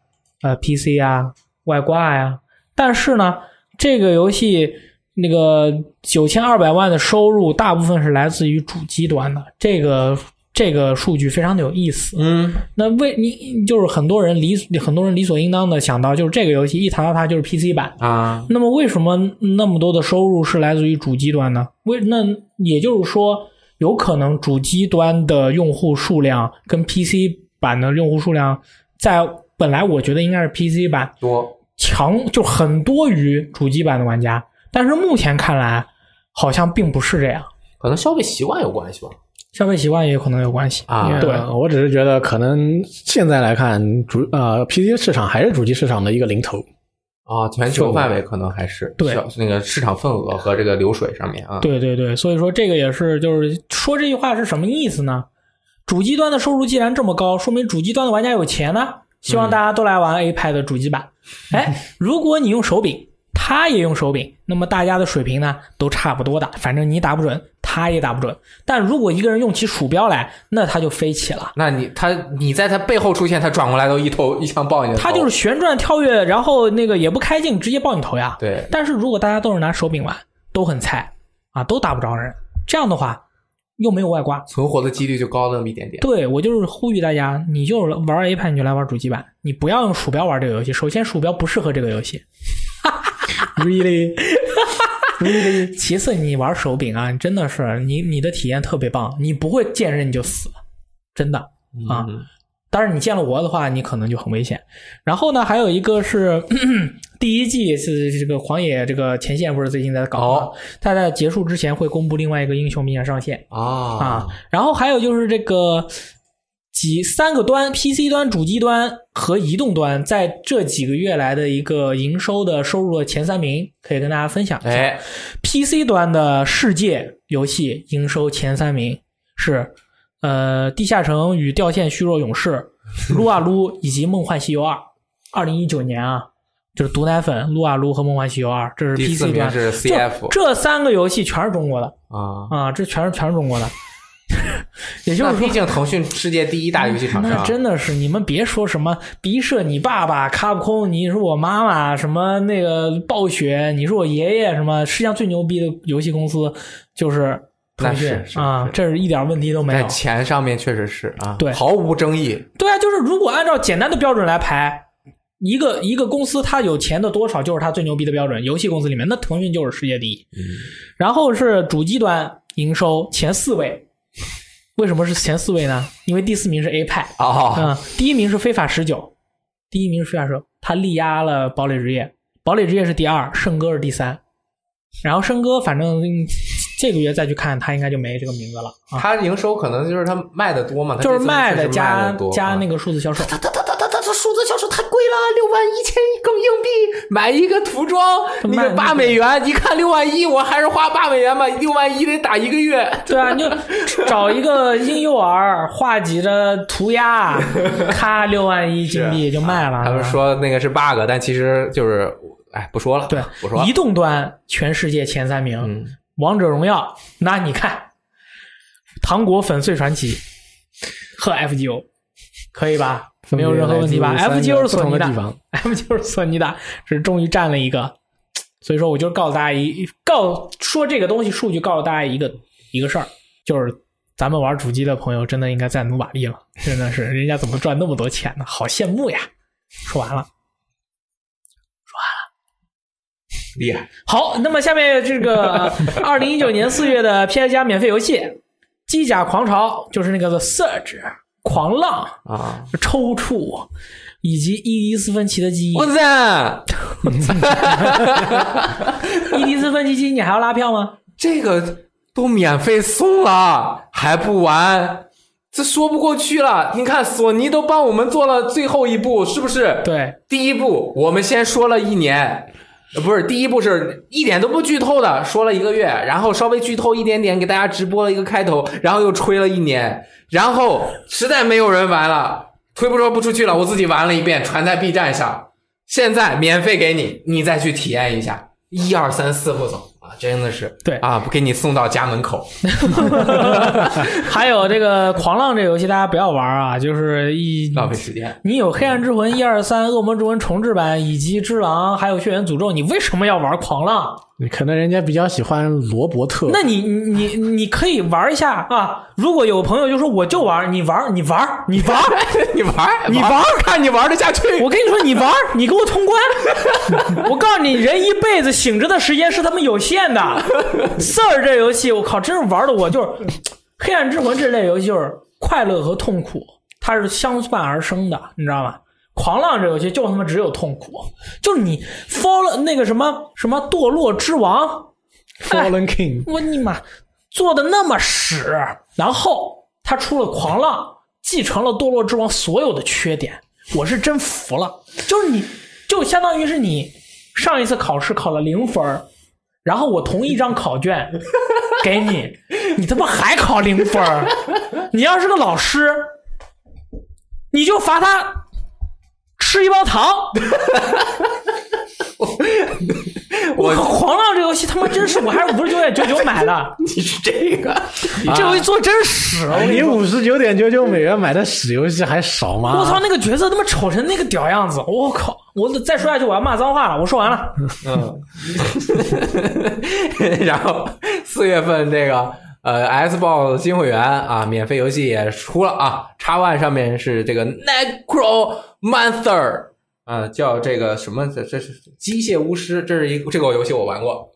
PC 啊、外挂呀。但是呢，这个游戏那个9200万的收入大部分是来自于主机端的，这个数据非常的有意思。那就是很多人理所应当的想到，就是这个游戏一谈到它就是 PC 版啊。 那么为什么那么多的收入是来自于主机端呢？那也就是说，有可能主机端的用户数量跟 PC版的用户数量在本来我觉得应该是 PC 版多就很多于主机版的玩家，但是目前看来好像并不是这样， 可能消费习惯有关系吧。 消费习惯也有可能有关系对，我只是觉得可能现在来看PC 市场还是主机市场的一个领头全球范围可能还是对那个市场份额和这个流水上面对对对，所以说这个也是就是说这句话是什么意思呢？主机端的收入既然这么高，说明主机端的玩家有钱呢，希望大家都来玩 A 派的主机版。如果你用手柄，他也用手柄，那么大家的水平呢都差不多的，反正你打不准，他也打不准。但如果一个人用起鼠标来，那他就飞起了。 那你在他背后出现，他转过来都一枪爆你的头。 他就是旋转跳跃，然后那个也不开镜，直接爆你头呀。 对。 但是如果大家都是拿手柄玩，都很菜都打不着人，这样的话又没有外挂， 存活的几率就高了那么一点点。 对，我就是呼吁大家，你就玩 A 派你就来玩主机版，你不要用鼠标玩这个游戏。首先鼠标不适合这个游戏。 Really？ 其次你玩手柄啊，真的是你的体验特别棒，你不会见人你就死，真的啊。当然你见了我的话你可能就很危险。然后呢还有一个是第一季是这个狂野这个前线不是最近在搞吗？它在结束之前会公布另外一个英雄明显上线啊。然后还有就是这个3个端 PC 端、主机端和移动端在这几个月来的一个营收的收入的前3名可以跟大家分享一下。PC 端的世界游戏营收前3名是地下城与掉线虚弱勇士、撸啊撸以及梦幻西游2。2019年啊，就是毒奶粉、撸啊撸和梦幻西游2，这是 PC 端。 是 CF。 这3个游戏全是中国的这全是中国的。也就是说， 毕竟腾讯世界第1大游戏厂商， 那真的是你们别说什么鼻射你爸爸卡普空，你是我妈妈，什么那个暴雪，你是我爷爷，什么世界上最牛逼的游戏公司就是腾讯啊，这是一点问题都没有。 在钱上面确实是啊， 对， 毫无争议。 对啊，就是如果按照简单的标准来排，一个公司它有钱的多少就是它最牛逼的标准。游戏公司里面，那腾讯就是世界第一。然后是主机端营收前4位。为什么是前4位呢？因为第4名是 A 派第1名是非法19，他力压了堡垒之夜，堡垒之夜是第2，圣歌是第3。然后圣歌反正这个月再去看他应该就没这个名字了他营收可能就是他卖的多嘛， 就是卖的加那个数字销售。 他数字销售太贵了，61000更硬币买一个涂装，那个$8，你看61000，我还是花$8吧，61000得打1个月。 对啊，你就找一个婴幼儿画几个涂鸦，咔61000金币就卖了。 他们说那个是 bug， 但其实就是不说了。 对， 不说了。 移动端全世界前3名，王者荣耀，那你看糖果粉碎传奇和 FGO 可以吧？没有任何问题吧？ FGO 是索尼的，FGO 是索尼的，是终于占了一个。所以说我就告诉大家说这个东西数据告诉大家一个事儿，就是咱们玩主机的朋友真的应该再努把力了，真的是人家怎么赚那么多钱呢？好羡慕呀。说完了厉害。 好，那么下面这个2019年4月的 PS 加免费游戏机甲狂潮，就是那个 The Surge 狂浪抽搐以及伊迪丝芬奇的记忆。 我赞伊迪丝芬奇记忆你还要拉票吗？ 这个都免费送了还不玩，这说不过去了。你看索尼都帮我们做了最后一步，是不是？ 对， 第一步我们先说了1年，不是，第一步是一点都不剧透的，说了1个月，然后稍微剧透一点点，给大家直播了一个开头，然后又吹了1年，然后实在没有人玩了，推不出去了，我自己玩了一遍，传在 B 站上，现在免费给你，你再去体验一下，1、2、3、4步走啊，真的是对啊，不给你送到家门口。 还有这个狂浪这个游戏大家不要玩啊，就是浪费时间。 你有黑暗之魂1、2、3、恶魔之魂重置版以及只狼还有血缘诅咒，你为什么要玩狂浪？ 可能人家比较喜欢罗伯特。 那你可以玩一下啊！如果有朋友就说我就玩，你玩， 看你玩得下去。 我跟你说，你玩，你给我通关。我告诉你，人一辈子醒着的时间是他们有限的。Surge 这游戏，我靠，真是玩的我就是黑暗之魂这类游戏，就是快乐和痛苦，它是相伴而生的，你知道吗？狂浪这游戏就他妈只有痛苦，就是你 Fallen 那个什么堕落之王 Fallen King， 我你妈做的那么屎，然后他出了狂浪，继承了堕落之王所有的缺点，我是真服了。就是你就相当于是你上一次考试考了0分，然后我同一张考卷给你，你他妈还考0分，你要是个老师，你就罚他吃一包糖。我狂浪这游戏他妈真是，我还是59.99买的。 你是这个， 你这游戏做真屎！ 你$59.99买的屎游戏还少吗？ 我操，那个角色他妈丑成那个屌样子！我靠，我再说下去我要骂脏话了。我说完了。 然后4月份这个Xbox 新会员啊，免费游戏也出了啊。X1 上面是这个 Necromancer。叫这个什么？这是机械巫师，这个游戏我玩过，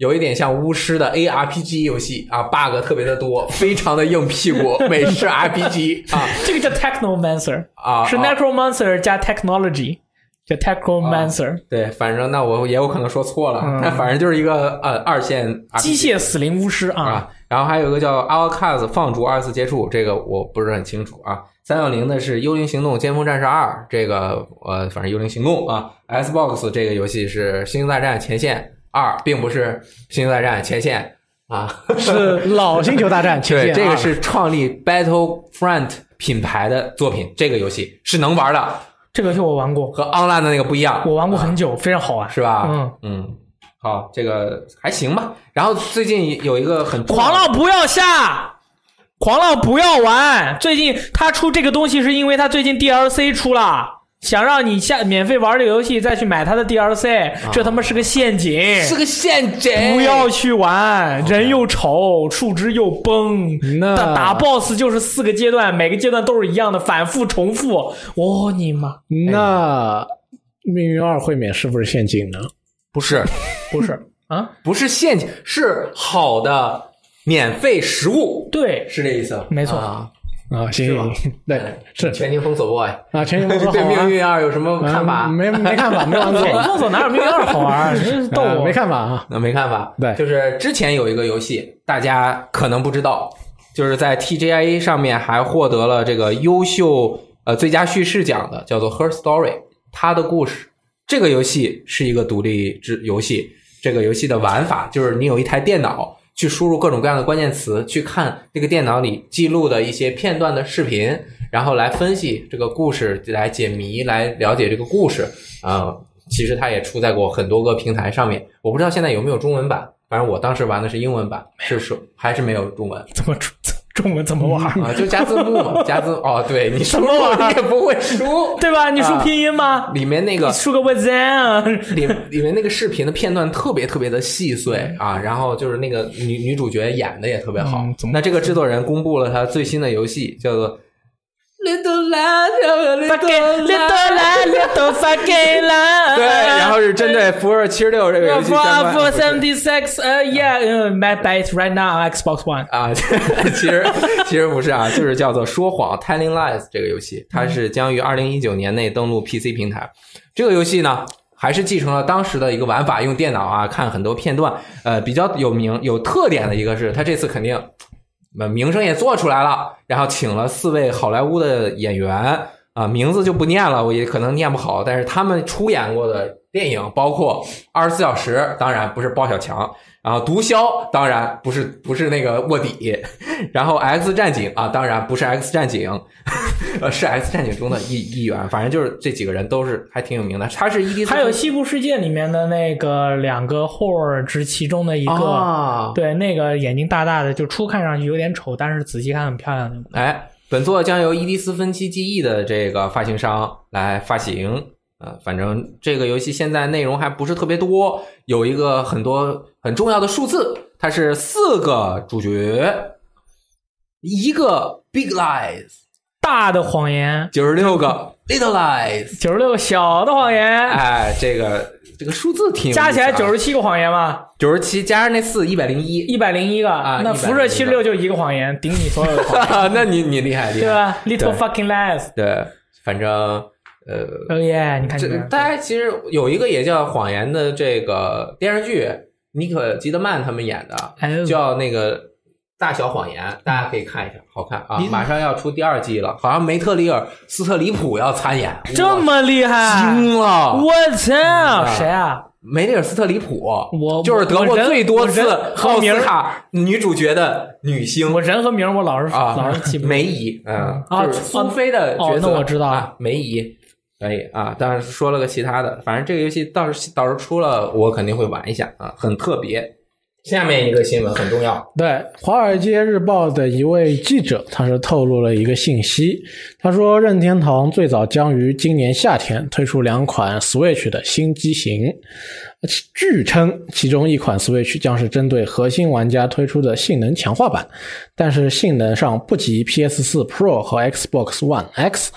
有一点像巫师的 ARPG 游戏啊 ，bug 特别的多，非常的硬屁股美式 RPG 啊。 这个叫 Technomancer 啊，是 Necromancer 加 Technology， 叫 Technomancer。 对，反正那我也有可能说错了，但反正就是一个二线 RPG 机械死灵巫师啊。 然后还有一个叫 Outcast 放逐二次接触，这个我不是很清楚啊。360的是幽灵行动尖峰战士2，这个反正幽灵行动啊。Xbox 这个游戏是星球大战前线2，并不是星球大战前线啊， 是老星球大战前线。 对，这个是创立 Battlefront 品牌的作品，这个游戏是能玩的。 这个游戏我玩过， 和 Online 的那个不一样， 我玩过很久，非常好玩， 是吧？好，这个还行吧。然后最近有一个很狂浪不要下，狂浪不要玩。最近他出这个东西是因为他最近 DLC 出了，想让你免费玩这个游戏，再去买他的 DLC，这他妈是个陷阱， 是个陷阱， 不要去玩。人又丑，数值又崩，打 BOSS 就是4个阶段，每个阶段都是一样的，反复重复。你妈！ 那命运2会免是不是陷阱呢？ 不是啊，不是陷阱，是好的免费食物。 对， 是这意思， 没错行，对，是全境封锁 boy 啊，全境封锁。 对命运2有什么看法？ 没看法，没玩过。 全境封锁哪有命运2好玩？逗我， 没看法啊， 没看法。 对， 就是之前有一个游戏，大家可能不知道，就是在 TGIA 上面还获得了这个优秀最佳叙事奖的，叫做 Her Story， 它的故事。这个游戏是一个独立游戏，这个游戏的玩法就是你有一台电脑，去输入各种各样的关键词，去看这个电脑里记录的一些片段的视频，然后来分析这个故事，来解谜，来了解这个故事其实它也出在过很多个平台上面，我不知道现在有没有中文版，反正我当时玩的是英文版，还是没有中文。 怎么中文怎么玩啊？就加字幕嘛，加字对，你输入你也不会输， 对吧？你输拼音吗？ 里面那个你输个 what's 里面那个视频的片段特别特别的细碎啊，然后就是那个女主角演的也特别好。那这个制作人公布了他最新的游戏，叫做Little Lad， Little fucking Lad， 对，然后是针对福尔76这个游戏相关。 76 yeah，buy it right now on Xbox One 啊，其实不是啊，就是叫做说谎 Telling Lies 这个游戏，它是将于2019年内登陆 PC 平台。这个游戏呢，还是继承了当时的一个玩法，用电脑啊看很多片段。比较有特点的一个是，它这次肯定名声也做出来了，然后请了4位好莱坞的演员名字就不念了，我也可能念不好，但是他们出演过的电影包括24小时，当然不是包小强，然后毒枭当然不是那个卧底，然后 X 战警当然不是 X 战警是 X 战警中的一员，反正就是这几个人都是还挺有名的。他是 EDC， 还有西部世界里面的那个2个 Whore 之其中的一个对，那个眼睛大大的，就初看上去有点丑，但是仔细看很漂亮的。 本作将由伊迪丝芬奇记忆的这个发行商来发行。反正这个游戏现在内容还不是特别多，有一个很重要的数字，它是4个主角，1个 Big Lies 大的谎言 ，96个 Little Lies 96个小的谎言。 这个数字挺有意思加起来97个谎言嘛 ，97加上那4 101 个那辐射76就1个谎言顶你所有的谎言那你厉害对吧 Little fucking lies 对，反正你看大家其实有一个也叫谎言的这个电视剧，尼可基德曼他们演的，叫那个大小谎言，大家可以看一下，好看啊！马上要出第2季了，好像梅特里尔斯特里普要参演， 这么厉害， 惊了！ 我操，谁啊？ 梅里尔斯特里普，就是得过最多次奥斯卡女主角的女星。 我人和名我老是记不住。 梅姨，就是苏菲的角色， 那我知道梅姨。可以当然说了个其他的，反正这个游戏到时候出了，我肯定会玩一下很特别。下面一个新闻很重要， 对，《华尔街日报》的一位记者，他是透露了一个信息，他说任天堂最早将于今年夏天推出2款 Switch 的新机型，据称其中一款 Switch 将是针对核心玩家推出的性能强化版，但是性能上不及 PS4 Pro 和 Xbox One X。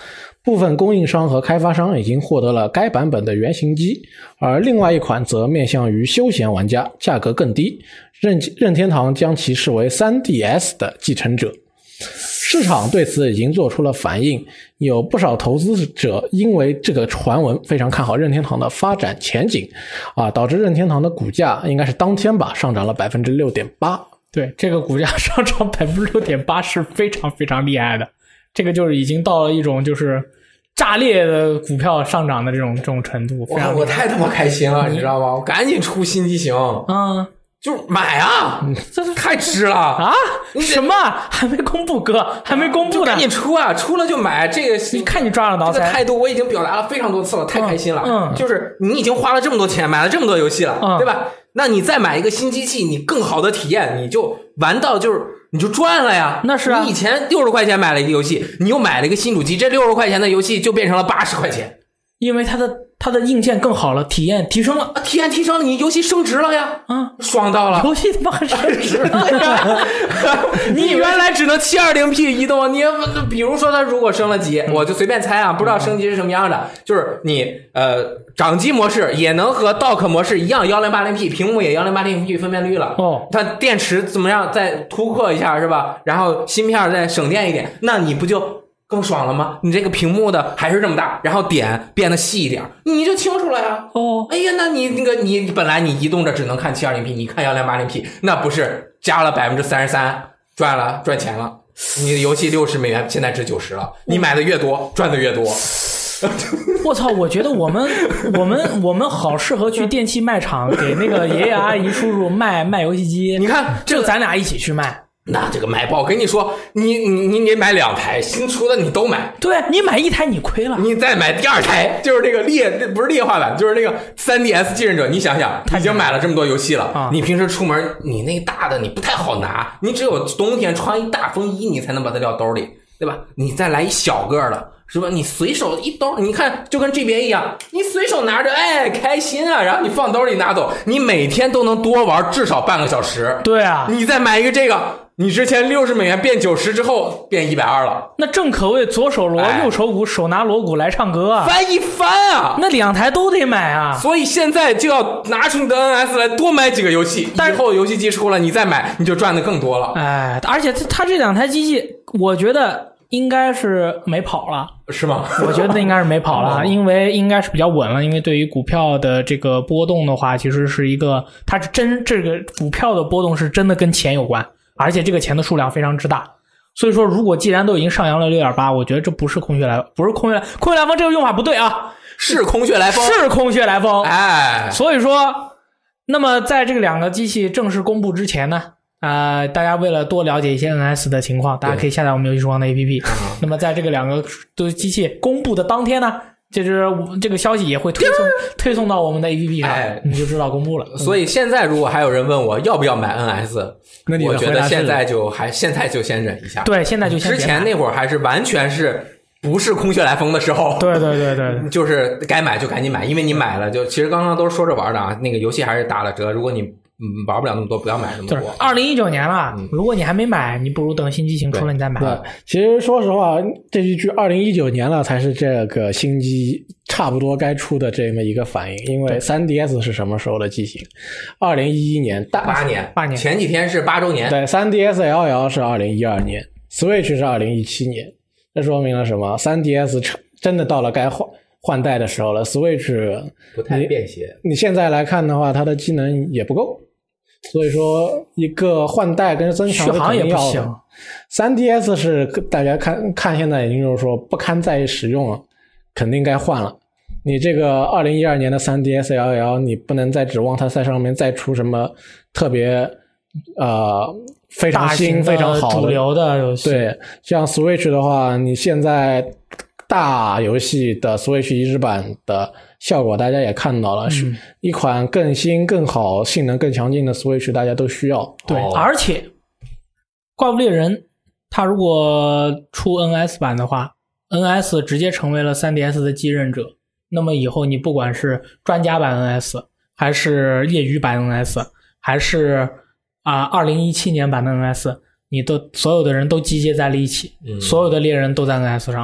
部分供应商和开发商已经获得了该版本的原型机，而另外一款则面向于休闲玩家，价格更低。任天堂将其视为 3DS 的继承者。市场对此已经做出了反应，有不少投资者因为这个传闻非常看好任天堂的发展前景导致任天堂的股价应该是当天吧上涨了 6.8%。 对，这个股价上涨 6.8% 是非常非常厉害的，这个就是已经到了一种就是炸裂的股票上涨的这种程度。 我太他妈开心了，你知道吗？我赶紧出新机型就是买啊，这是太值了啊！ 什么还没公布哥，还没公布呢， 赶紧出啊！出了就买这个。 你看你抓了挠腮， 这个态度我已经表达了非常多次了，太开心了。就是你已经花了这么多钱，买了这么多游戏了，对吧？那你再买一个新机器，你更好的体验，你就玩到你就赚了呀。 那是啊， 你以前60块钱买了一个游戏，你又买了一个新主机，这60块钱的游戏就变成了80块钱。 因为它的硬件更好了，体验提升了， 你游戏升值了呀，爽到了， 游戏他妈升值了呀！ 你原来只能 720p 移动，你比如说它如果升了级，我就随便猜啊，不知道升级是什么样的，就是你掌机模式也能和 dock 模式一样 1080p， 屏幕也 1080p 分辨率了它电池怎么样再突破一下是吧？然后芯片再省电一点，那你不就更爽了吗？你这个屏幕的还是这么大，然后点变得细一点，你就清楚了呀。哎呀，那你本来你移动着只能看 720p， 你看 1080p， 那不是加了 33%， 赚钱了。你的游戏60美元现在值90了，你买的越多赚的越多。 我操！我觉得我们好适合去电器卖场给那个爷爷阿姨叔叔卖游戏机。 你看， 就咱俩一起去卖。 那这个卖爆，跟你说，你买2台新出的你都买， 对，你买1台你亏了， 你再买第2台，就是这个不是劣化版，就是那个 3DS 继任者。你想想，已经买了这么多游戏了，你平时出门你那大的你不太好拿，你只有冬天穿一大风衣你才能把它撂兜里，对吧？你再来一小个的，是吧？你随手一兜，你看就跟这边一样，你随手拿着，哎，开心啊！然后你放兜里拿走，你每天都能多玩至少半个小时。 对啊， 你再买一个这个，你之前60美元变90之后变120了， 那正可谓左手锣右手鼓，手拿锣鼓来唱歌啊， 翻一番啊！ 那2台都得买啊！ 所以现在就要拿出你的 NS 来多买几个游戏，以后游戏机出了你再买，你就赚的更多了。 哎，而且它这2台机器，我觉得应该是没跑了， 是吗？ 我觉得应该是没跑了，因为应该是比较稳了。因为对于股票的这个波动的话，其实是一个，它是这个股票的波动是真的跟钱有关，而且这个钱的数量非常之大。所以说，如果既然都已经上扬了 6.8， 我觉得这不是空穴来风这个用法不对啊， 是空穴来风， 是空穴来风。 哎， 所以说，那么在这个2个机器正式公布之前呢？大家为了多了解一些 NS 的情况，大家可以下载我们游戏时光的 APP。那么在这个2个的机器公布的当天呢，就是这个消息也会推送到我们的 APP 上，你就知道公布了。 所以现在如果还有人问我要不要买 NS， 那我觉得现在就先忍一下。 对，现在就先忍。 之前那会儿还是完全是不是空穴来风的时候， 对， 就是该买就赶紧买，因为你买了就其实刚刚都是说着玩的啊，那个游戏还是打了折，如果你玩不了那么多，不要买那么多。 2019年了，如果你还没买，你不如等新机型出了你再买。 对，其实说实话，这一句2019年了才是这个新机差不多该出的这么一个反应，因为 3DS 是什么时候的机型？2011年 8年，前几天是8周年。 对， 3DS LL 是2012年， Switch 是2017年，这说明了什么？ 3DS 真的到了该换代的时候了。 Switch 不太便携，你现在来看的话，它的机能也不够，所以说一个换代跟增强续航也不行。 3DS 是大家看现在已经就是说不堪再使用了，肯定该换了。你这个2012年的 3DS LL 你不能再指望它在上面再出什么特别非常新非常好的主流的游戏。 对，像 Switch 的话，你现在大游戏的 Switch 移植版的效果大家也看到了，是一款更新更好性能更强劲的 Switch 大家都需要。 对，而且怪物猎人它如果出 NS 版的话， NS 直接成为了 3DS 的继任者，那么以后你不管是专家版 NS 还是业余版 NS 还是2017年版的 NS， 你都所有的人都集结在了一起，所有的猎人都在 NS 上了。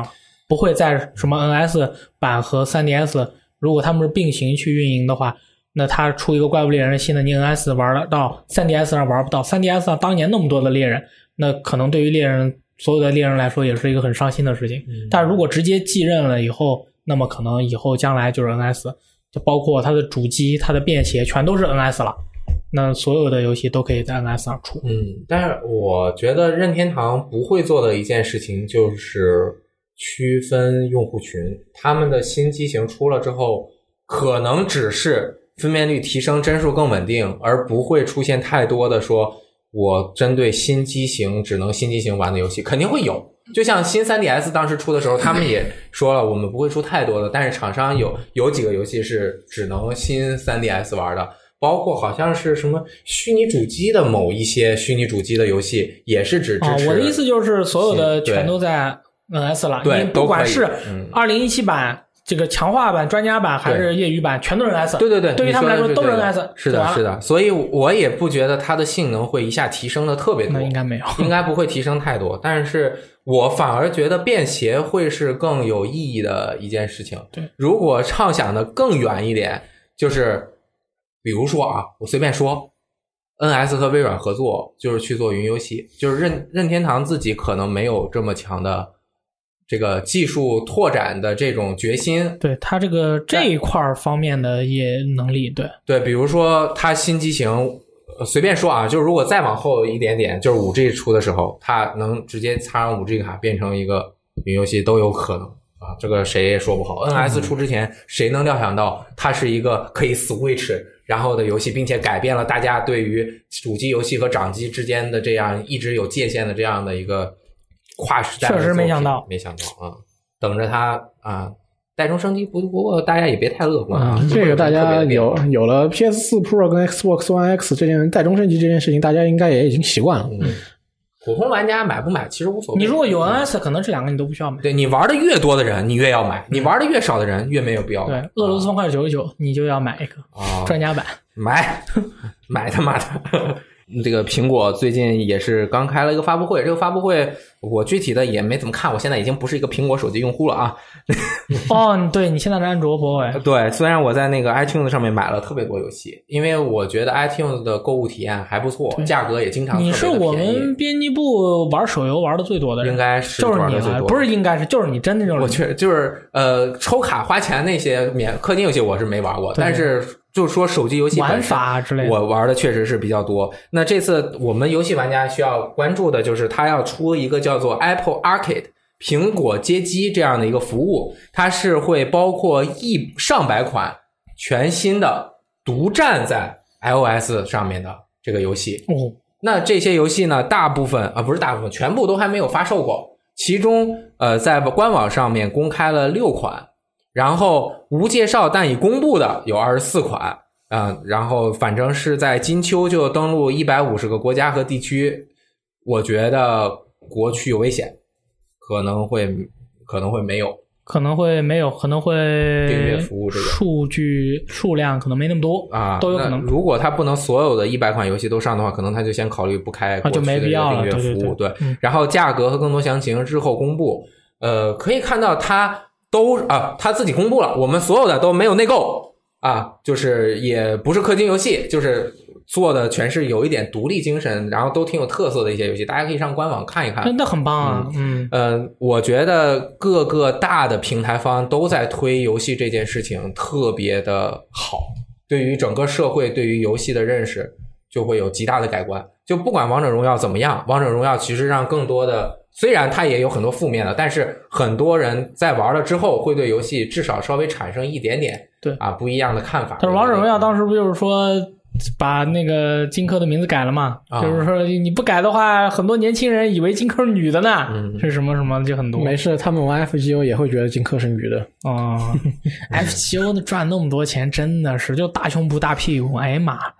不会在什么 NS 版和 3DS 如果他们是并行去运营的话，那他出一个怪物猎人新的，你 NS 玩得到 3DS 上玩不到， 3DS 上当年那么多的猎人，那可能对于所有的猎人来说也是一个很伤心的事情。但如果直接继任了以后，那么可能以后将来就是 NS， 就包括它的主机它的便携全都是 NS 了，那所有的游戏都可以在 NS 上出。 但是我觉得任天堂不会做的一件事情就是区分用户群，他们的新机型出了之后可能只是分辨率提升，帧数更稳定，而不会出现太多的说我针对新机型只能新机型玩的游戏，肯定会有。就像新 3DS 当时出的时候，他们也说了我们不会出太多的，但是厂商有几个游戏是只能新 3DS 玩的，包括好像是什么虚拟主机的某一些虚拟主机的游戏也是只支持。 我的意思就是所有的全都在 NS 了， 对， 不管是2017版这个强化版、专家版还是业余版，全都是 NS。 对， 对于他们来说都是 NS。 是的，所以我也不觉得它的性能会一下提升的特别多， 那应该没有， 应该不会提升太多。但是我反而觉得便携会是更有意义的一件事情。 对， 如果畅想的更远一点，就是比如说我随便说 ，NS 和微软合作就是去做云游戏，就是任天堂自己可能没有这么强的这个技术拓展的这种决心， 对他这一块方面的能力， 对，比如说他新机型，随便说就是如果再往后一点点，就是 5G 出的时候，他能直接插上 5G 卡变成一个云游戏都有可能这个谁也说不好。NS 出之前，谁能料想到它是一个可以 Switch 然后的游戏，并且改变了大家对于主机游戏和掌机之间的这样一直有界限的这样的一个跨时代的， 确实没想到等着它代中升级，不过大家也别太乐观这个大家有了 PS4 Pro 跟 Xbox One X 这件代中升级这件事情，大家应该也已经习惯了。 普通玩家买不买其实无所谓。 你如果有 NS， 可能这两个你都不需要买。 对，你玩的越多的人，你越要买；你玩的越少的人，越没有必要买。 对，俄罗斯方块99，你就要买一个专家版， 买他妈的！这个苹果最近也是刚开了一个发布会，这个发布会我具体的也没怎么看，我现在已经不是一个苹果手机用户了对，你现在是安卓 boy。 对，虽然我在那个 iTunes 上面买了特别多游戏，因为我觉得 iTunes 的购物体验还不错，价格也经常特别的便宜。 你是我们编辑部玩手游玩的最多的人， 应该是就是你了，不是应该是就是你真的就是。 我就是抽卡花钱那些氪金游戏我是没玩过，但是就是说手机游戏玩法之类的， 我玩的确实是比较多。那这次我们游戏玩家需要关注的就是它要出一个叫做 Apple Arcade 苹果街机这样的一个服务，它是会包括上百款全新的独占在 iOS 上面的这个游戏。那这些游戏呢，不是大部分，全部都还没有发售过。其中在官网上面公开了6款，然后无介绍但已公布的有24款然后反正是在金秋就登陆150个国家和地区。我觉得国区有危险，可能会没有，可能会订阅服务这个数量可能没那么多都有可能。 如果他不能所有的100款游戏都上的话，可能他就先考虑不开国区的订阅服务。对，然后价格和更多详情日后公布。可以看到他自己公布了，我们所有的都没有内购就是也不是氪金游戏，就是做的全是有一点独立精神，然后都挺有特色的一些游戏，大家可以上官网看一看。 那很棒我觉得各个大的平台方都在推游戏这件事情特别的好，对于整个社会对于游戏的认识就会有极大的改观。就不管王者荣耀怎么样，王者荣耀其实让更多的，虽然它也有很多负面的，但是很多人在玩了之后会对游戏至少稍微产生一点点不一样的看法。 但是王者荣耀当时不就是说把那个荆轲的名字改了嘛？就是说你不改的话，很多年轻人以为荆轲是女的呢，是什么什么就很多。 没事，他们玩 FGO 也会觉得荆轲是女的。 FGO 赚那么多钱，真的是就大胸部大屁股，哎呀妈！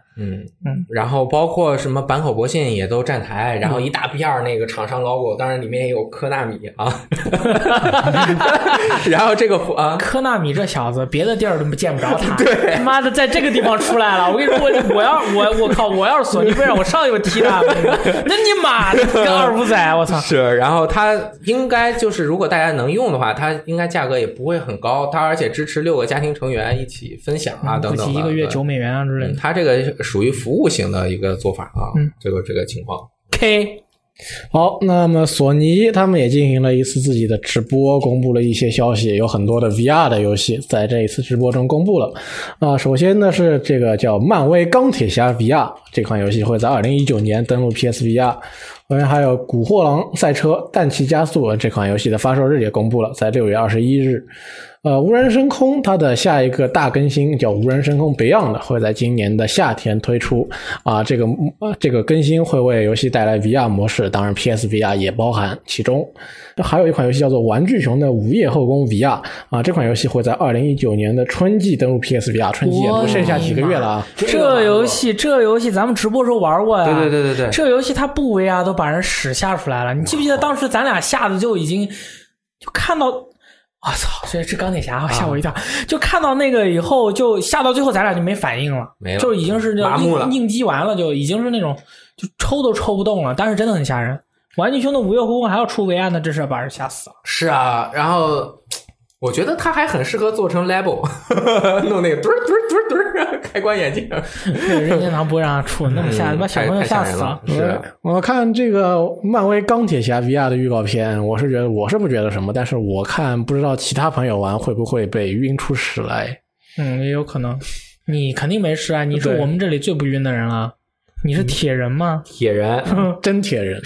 然后包括什么坂口博信也都站台，然后一大片那个厂商 logo， 当然里面也有科纳米啊。然后这个科纳米这小子别的地儿都见不着他， 对， 他妈的在这个地方出来了。我跟你说，我靠，我要是索尼不让我上去我踢他，那你妈的跟二五仔，我操！ 是，然后它应该就是如果大家能用的话，它应该价格也不会很高，它而且支持6个家庭成员一起分享啊等等的， 一个月$9啊之类的。 它这个属于服务型的一个做法啊，这个情况。 K。 好，那么索尼他们也进行了一次自己的直播，公布了一些消息，有很多的 VR 的游戏在这一次直播中公布了。首先呢是这个叫漫威钢铁侠 VR 这款游戏会在2019年登陆 PSVR， 后面还有古惑狼赛车氮气加速这款游戏的发售日也公布了，在6月21日。无人深空它的下一个大更新叫无人深空 Beyond 会在今年的夏天推出这个更新会为游戏带来 VR 模式，当然 PSVR 也包含其中。还有一款游戏叫做玩具熊的午夜后宫 VR 这款游戏会在2019年的春季登陆 PSVR， 春季也不剩下几个月了啊。 这游戏咱们直播时候玩过呀。 对， 这游戏它不 VR 都把人屎吓出来了，你记不记得当时咱俩吓得就已经就看到我操！这钢铁侠吓我一跳，就看到那个以后就吓到最后，咱俩就没反应了， 没了， 就已经是麻木了， 应激完了，就已经是那种就抽都抽不动了。但是真的很吓人，玩具熊的午夜后宫还要出维安的，真是把人吓死了。 是啊，然后我觉得它还很适合做成 label， 弄那个墩开关眼镜。 对，任天堂不会让他出，那么吓把小朋友吓死了。 是， 我看这个漫威钢铁侠 VR 的预告片，我是不觉得什么，但是我看不知道其他朋友玩会不会被晕出屎来。 也有可能。你肯定没事啊，你是我们这里最不晕的人了。你是铁人吗？ 铁人， 真铁人。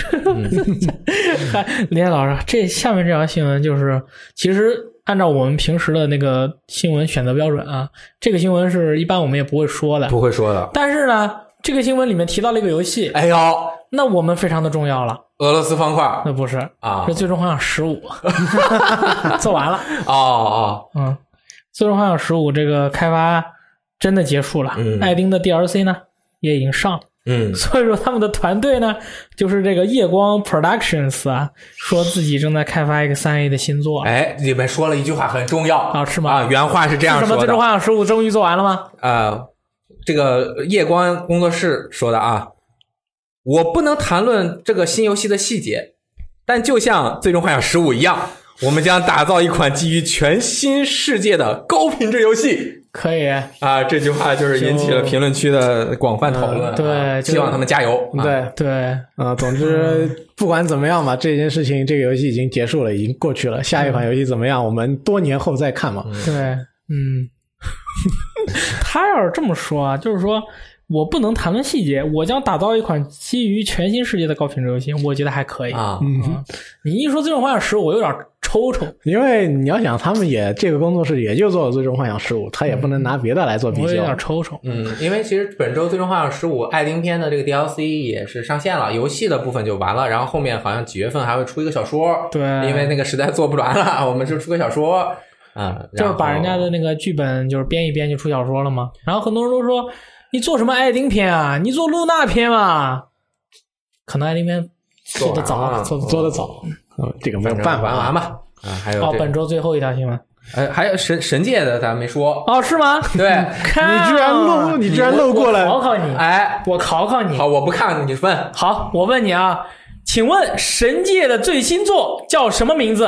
林老师，这下面这条新闻就是其实按照我们平时的那个新闻选择标准啊，这个新闻是一般我们也不会说的，但是呢，这个新闻里面提到了一个游戏， 哎呦， 那我们非常的重要了。 俄罗斯方块？ 那不是啊， 是最终幻想15做完了。最终幻想15这个开发真的结束了，艾丁的 DLC 呢也已经上了。所以说他们的团队呢，就是这个夜光 Productions 啊，说自己正在开发一个3A 的新作。 哎，里面说了一句话很重要是吗？ 原话是这样说的。 什么？最终幻想15终于做完了吗？ 这个夜光工作室说的啊，我不能谈论这个新游戏的细节，但就像最终幻想15一样，我们将打造一款基于全新世界的高品质游戏。 可以这句话就是引起了评论区的广泛讨论。 对， 希望他们加油。 对，总之不管怎么样吧，这件事情这个游戏已经结束了，已经过去了。下一款游戏怎么样，我们多年后再看嘛。 对，他要是这么说啊，就是说我不能谈论细节，我将打造一款基于全新世界的高品质游戏，我觉得还可以你一说最终幻想15，我有点抽， 因为你要想他们这个工作室也就做了最终幻想15，他也不能拿别的来做比较。 我有点抽。 因为其实本周最终幻想15艾丁篇的这个 DLC 也是上线了，游戏的部分就完了，然后后面好像几月份还会出一个小说。 对， 因为那个实在做不完了，我们就出个小说就是把人家的那个剧本就是编一编就出小说了嘛。然后很多人都说你做什么艾丁篇啊？你做露娜篇嘛？可能艾丁篇做得早，做得早。 这个没有办法完吧。还有本周最后一条新闻。 还有神界的咱没说。 是吗？ 对， 你居然漏过了。 我考考你。我考考你。 好，我不看，你问。 好，我问你啊，请问神界的最新作叫什么名字？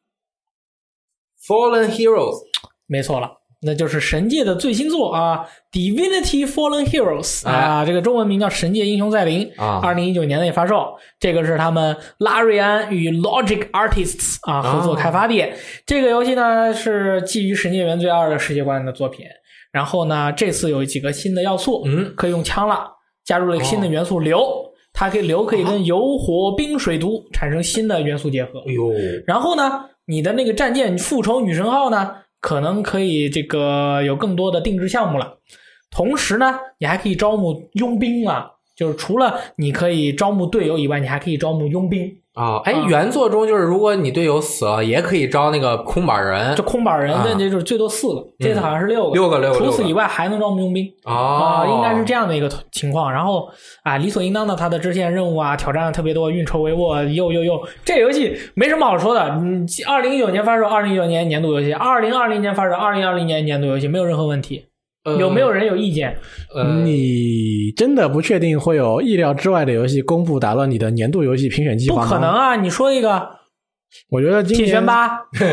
Fallen Heroes。 没错了，那就是神界的最新作Divinity Fallen Heroes 这个中文名叫神界英雄再临2019年内发售。这个是他们拉瑞安与 Logic Artists 合作开发的。这个游戏呢是基于神界原罪2的世界观的作品，然后呢这次有几个新的要素，可以用枪了，加入了一个新的元素硫，它可以跟油火冰水毒产生新的元素结合。然后呢你的那个战舰复仇女神号呢可能可以这个有更多的定制项目了。同时呢你还可以招募佣兵了，就是除了你可以招募队友以外，你还可以招募佣兵原作中就是如果你队友死了，也可以招那个空板人。 这空板人的这就是最多4个，这次好像是6个。除此以外还能招募佣兵。应该是这样的一个情况。然后理所应当的，他的支线任务挑战特别多，运筹帷幄，这个游戏没什么好说的。2019年发售，2019年年度游戏；2020年发售，2020年年度游戏，没有任何问题。有没有人有意见？ 你真的不确定会有意料之外的游戏公布打乱你的年度游戏评选计划吗？ 不可能啊！你说一个， 我觉得今年铁拳8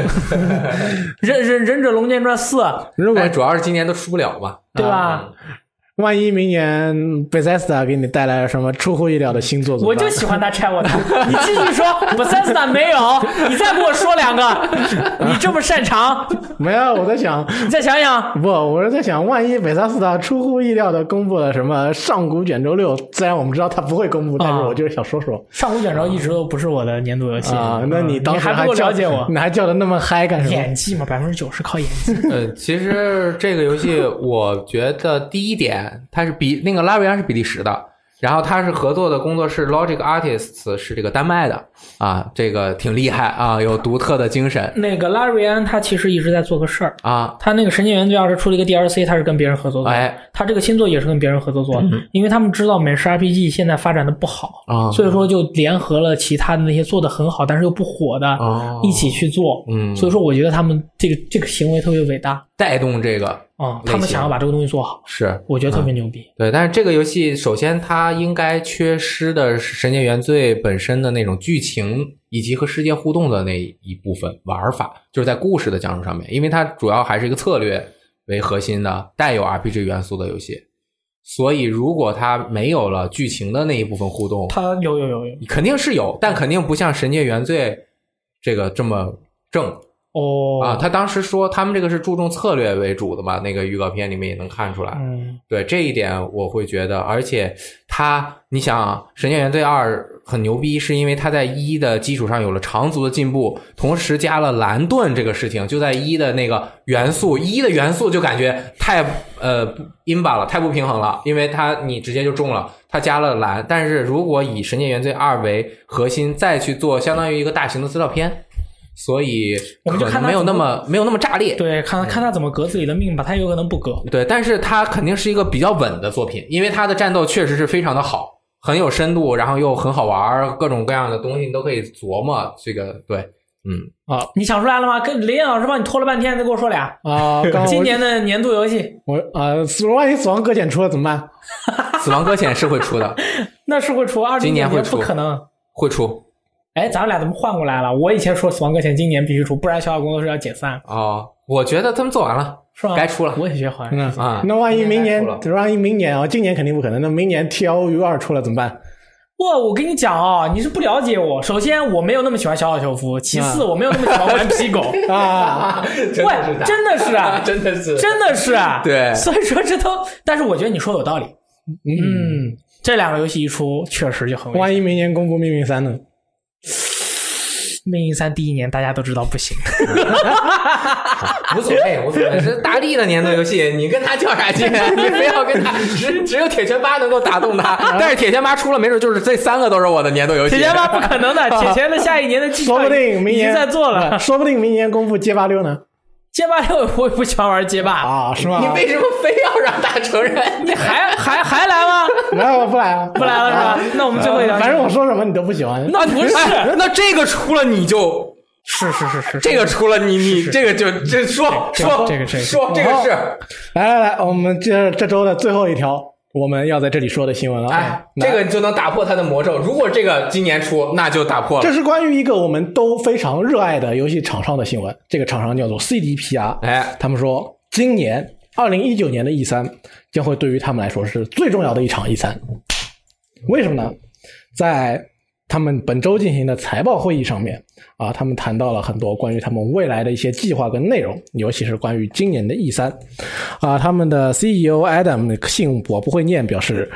忍者龙剑传4， 如果主要是今年都出不了嘛， 对吧？ 万一明年 Bethesda 给你带来了什么出乎意料的新作我就喜欢他拆我的。你继续说 Bethesda 没有，你再给我说2个，你这么擅长。 没有，我在想， 你再想想。 不，我是在想，万一 Bethesda 出乎意料的公布了什么上古卷轴6，虽然我们知道他不会公布，但是我就是想说说。 上古卷轴一直都不是我的年度游戏那你当时还不够了解我， 你还叫的那么嗨干什么？ 演技嘛，90%靠演技。 其实这个游戏我觉得第一点。它是那个拉瑞安是比利时的，然后他是合作的工作室 Logic Artists 是这个丹麦的这个挺厉害有独特的精神。 那个拉瑞安他其实一直在做个事儿他那个神剑原罪2是出了一个 DLC， 他是跟别人合作做的，他这个新作也是跟别人合作做的，因为他们知道美式 RPG 现在发展的不好所以说就联合了其他的那些做的很好但是又不火的一起去做所以说我觉得他们这个行为特别伟大， 带动这个他们想要把这个东西做好， 是我觉得特别牛逼对，但是这个游戏首先它应该缺失的是神剑原罪本身的那种剧情以及和世界互动的那一部分玩法，就是在故事的讲述上面，因为它主要还是一个策略为核心的带有 RPG 元素的游戏，所以如果它没有了剧情的那一部分互动， 它有肯定是有，但肯定不像神剑原罪这个这么正他当时说他们这个是注重策略为主的嘛，那个预告片里面也能看出来对这一点我会觉得，而且你想神剑原罪2很牛逼，是因为它在1的基础上有了长足的进步，同时加了蓝盾这个事情，就在1的那个元素，1的元素就感觉太阴巴了，太不平衡了，因为你直接就中了，它加了蓝，但是如果以神剑原罪2为核心再去做相当于一个大型的资料片，所以可能没有那么炸裂， 对，看他怎么革自己的命吧，他有可能不革， 对，但是他肯定是一个比较稳的作品，因为他的战斗确实是非常的好，很有深度，然后又很好玩，各种各样的东西你都可以琢磨，这个对你想出来了吗？跟雷燕老师帮你拖了半天，再给我说俩今年的年度游戏， 万一死亡搁浅出了怎么办？ 死亡搁浅是会出的， 那是会出，2019 今年会出， 不可能会出。 咱们俩怎么换过来了？我以前说死亡搁浅今年必须出，不然小小工作室要解散。 我觉得他们做完了， 是吧？ 该出了。 我也觉得好像那万一明年今年肯定不可能，那明年 TLU2 出了怎么办？ 我跟你讲你是不了解我。首先我没有那么喜欢小小球服，其次我没有那么喜欢顽皮狗真的是对， 所以说这都，但是我觉得你说有道理。这2个游戏一出确实就很危险。 万一明年公布命运3呢？ 命运3第1年大家都知道不行无所谓是大力的年度游戏，你跟他较啥劲你非要跟他只有铁拳8能够打动他但是铁拳8出了没准就是这3个都是我的年度游戏。 铁拳8不可能的铁拳的下一年的计划说不定明年在做了说不定明年公布街霸6呢。 街霸6我也不喜欢玩街霸是吗？ 你为什么非要让他承认？ 你还来吗？ 没有，不来了是吧？那我们最后一条， 反正我说什么你都不喜欢。 那不是那这个出了你就是这个出了你这个就说这个是来，我们这周的最后一条我们要在这里说的新闻了。 这个就能打破它的魔咒，如果这个今年出那就打破了。 这是关于一个我们都非常热爱的游戏厂商的新闻，这个厂商叫做 CDPR。他们说今年2019年的 E3 将会对于他们来说是最重要的一场 E3。为什么呢？在他们本周进行的财报会议上面他们谈到了很多关于他们未来的一些计划跟内容，尤其是关于今年的 E3 他们的 CEO Adam 姓我不会念，表示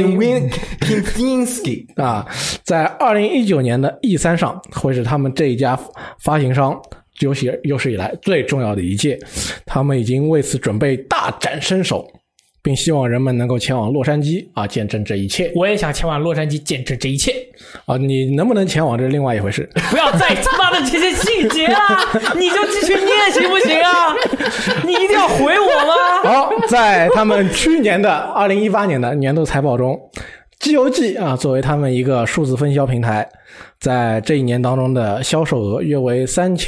Kinski 在2019年的 E3 上会是他们这一家发行商有史以来最重要的一届，他们已经为此准备大展身手， 并希望人们能够前往洛杉矶啊，见证这一切。 我也想前往洛杉矶见证这一切啊，你能不能前往这是另外一回事。 不要再他妈的这些细节啊，你就继续念行不行啊？你一定要回我吗？ 好，在他们去年的2018年的年度财报中，GOG 啊作为他们一个数字分销平台，在这一年当中的销售额约为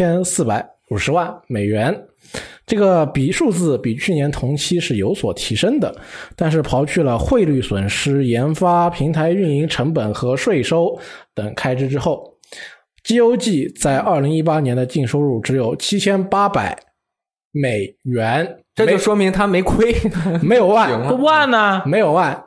3450万美元。这个数字比去年同期是有所提升的，但是刨去了汇率损失、研发、平台运营成本和税收等开支之后， GOG 在2018年的净收入只有7800美元， 这就说明他没亏， 没有万， 不万呢？ 没有万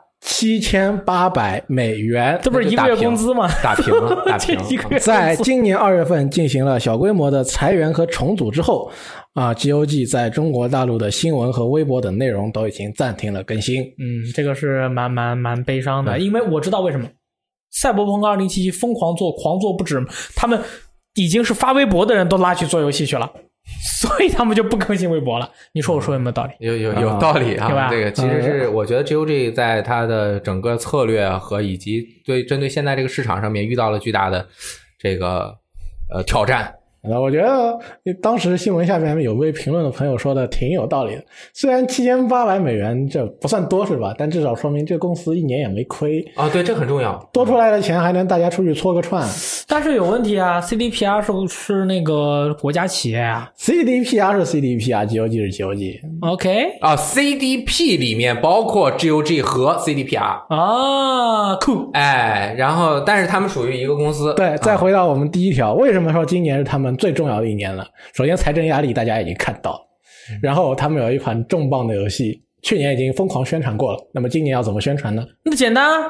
，7800美元， 这不是一个月工资吗？ 打平了，打平了。 在今年2月份进行了小规模的裁员和重组之后，GOG 在中国大陆的新闻和微博等内容都已经暂停了更新。 这个是蛮悲伤的，因为我知道为什么。赛博朋克2077狂做不止，他们已经是发微博的人都拉去做游戏去了。所以他们就不更新微博了。你说我说有没有道理？ 有道理啊， 对吧？ 这个其实是我觉得 GOG 在它的整个策略和以及针对现在这个市场上面遇到了巨大的这个挑战。 我觉得当时新闻下面有位评论的朋友说的挺有道理的，虽然7800美元这不算多是吧，但至少说明这个公司一年也没亏啊，对，这很重要， 多出来的钱还能大家出去搓个串。 但是有问题啊， CDPR 是不是那个国家企业啊？ CDPR 是 CDPR， GOG 是 GOG。 OK 啊 CDP 里面包括 GOG 和 CDPR 啊，酷。 然后但是他们属于一个公司。 对，再回到我们第一条，为什么说今年是他们最重要的一年了？首先财政压力大家已经看到了，然后他们有一款重磅的游戏去年已经疯狂宣传过了，那么今年要怎么宣传呢？ 那简单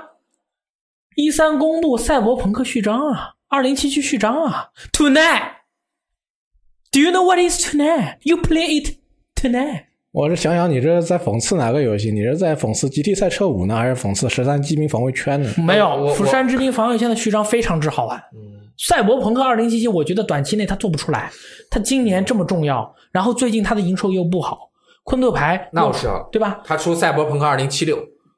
，13公布赛博朋克序章啊，2077序章啊 ，Tonight Do you know what is tonight? You play it tonight. 我是想想你这是在讽刺哪个游戏？你是在讽刺 GT 赛车5呢，还是讽刺13机兵防卫圈呢？ 没有，釜山之兵防卫圈的序章非常之好玩。赛博朋克2077我觉得短期内他做不出来，他今年这么重要，然后最近他的营收又不好，昆特牌那我知道， 对吧？ 他出赛博朋克2076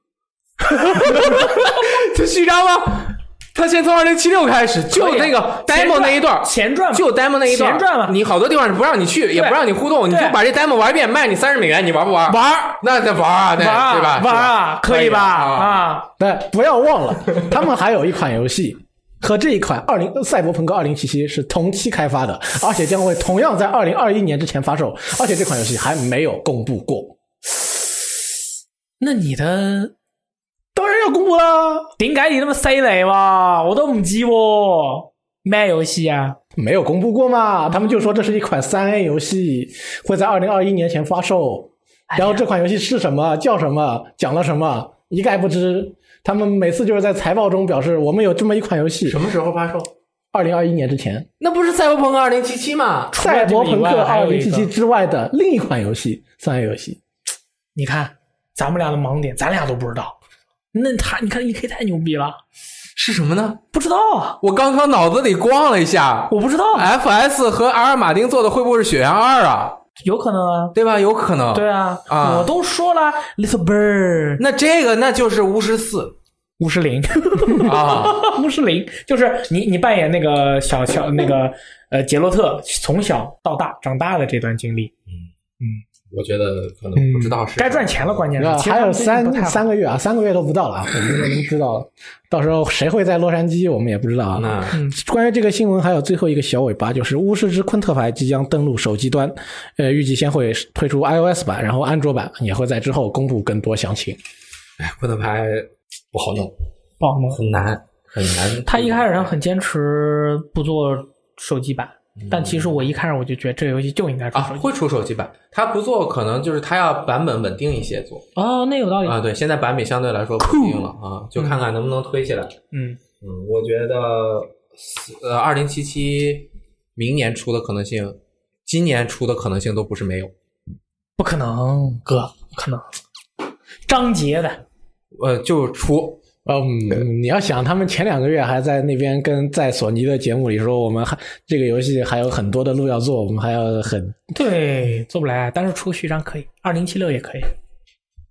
这序章吗？他先从2076开始，就那个 demo 那一段前传， 就 demo 那一段前传嘛。 你好多地方是不让你去，也不让你互动，你就把这 demo 玩一遍，卖你30美元，你玩不玩？ 玩， 那玩啊，对吧？ 玩啊，可以吧？啊， 对，不要忘了，他们还有一款游戏和这一款赛博朋克2077是同期开发的，而且将会同样在2021年之前发售，而且这款游戏还没有公布过。 那你的当然要公布啦！ 點解你那麼犀利嘛？我都唔知喎，咩遊戲啊？ 没有公布过嘛？他们就说这是一款3A 游戏，会在2021年前发售。然后这款游戏是什么、叫什么、讲了什么，一概不知。他们每次就是在财报中表示我们有这么一款游戏， 什么时候发售 ？2021年之前。 那不是赛博朋克2077吗？ 赛博朋克2077之外的另一款游戏，3A 游戏。 你看咱们俩的盲点，咱俩都不知道。那你看 EK 太牛逼了， 是什么呢？ 不知道啊， 我刚刚脑子里逛了一下， 我不知道。 FS 和阿尔马丁做的会不会是血缘2啊？ 有可能啊， 对吧？有可能。 对啊，我都说了 Little Bird， 那这个那就是巫师4。 巫师0 啊， 巫师0就是你扮演那个小那个杰洛特从小到大长大的这段经历。 我觉得可能不知道是该赚钱了，关键是还有三个月啊，3个月都不到了，我们就能知道了。到时候谁会在洛杉矶，我们也不知道啊。关于这个新闻，还有最后一个小尾巴，就是巫师之昆特牌即将登陆手机端，预计先会推出 iOS 版，然后安卓版也会在之后公布更多详情。 昆特牌不好弄， 不好弄， 很难。 他一开始很坚持不做手机版。但其实我一开始我就觉得这个游戏就应该出手机会出手机版，他不做可能就是他要版本稳定一些做。 哦，那有道理啊，对，现在版本相对来说稳定了啊，就看看能不能推起来。我觉得2077明年出的可能性，今年出的可能性都不是没有。 不可能，哥，不可能。张杰的就出。 你要想他们前2个月还在那边在索尼的节目里说我们这个游戏还有很多的路要做，我们还要对， 做不来，但是出个序章可以，2076也可以。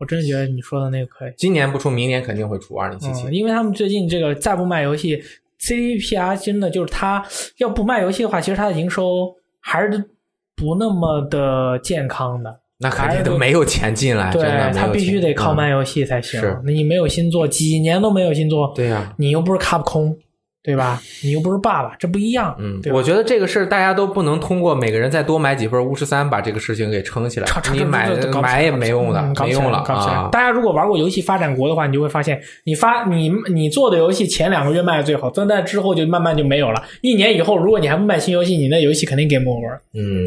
我真的觉得你说的那个可以。 今年不出，明年肯定会出2077。 因为他们最近这个再不卖游戏 ，CDPR 真的就是他要不卖游戏的话，其实他的营收还是不那么的健康的。 那肯定都没有钱进来， 对， 真的他必须得靠卖游戏才行。那你没有新作，几年都没有新作， 对呀， 你又不是卡普空，对吧？你又不是爸爸，这不一样。 我觉得这个事儿大家都不能通过每个人再多买几份巫师3把这个事情给撑起来。你买也没用的，没用了啊！ 大家如果玩过游戏发展国的话，你就会发现，你做的游戏前2个月卖的最好，但之后就慢慢就没有了。1年以后，如果你还不卖新游戏，你那游戏肯定 game over。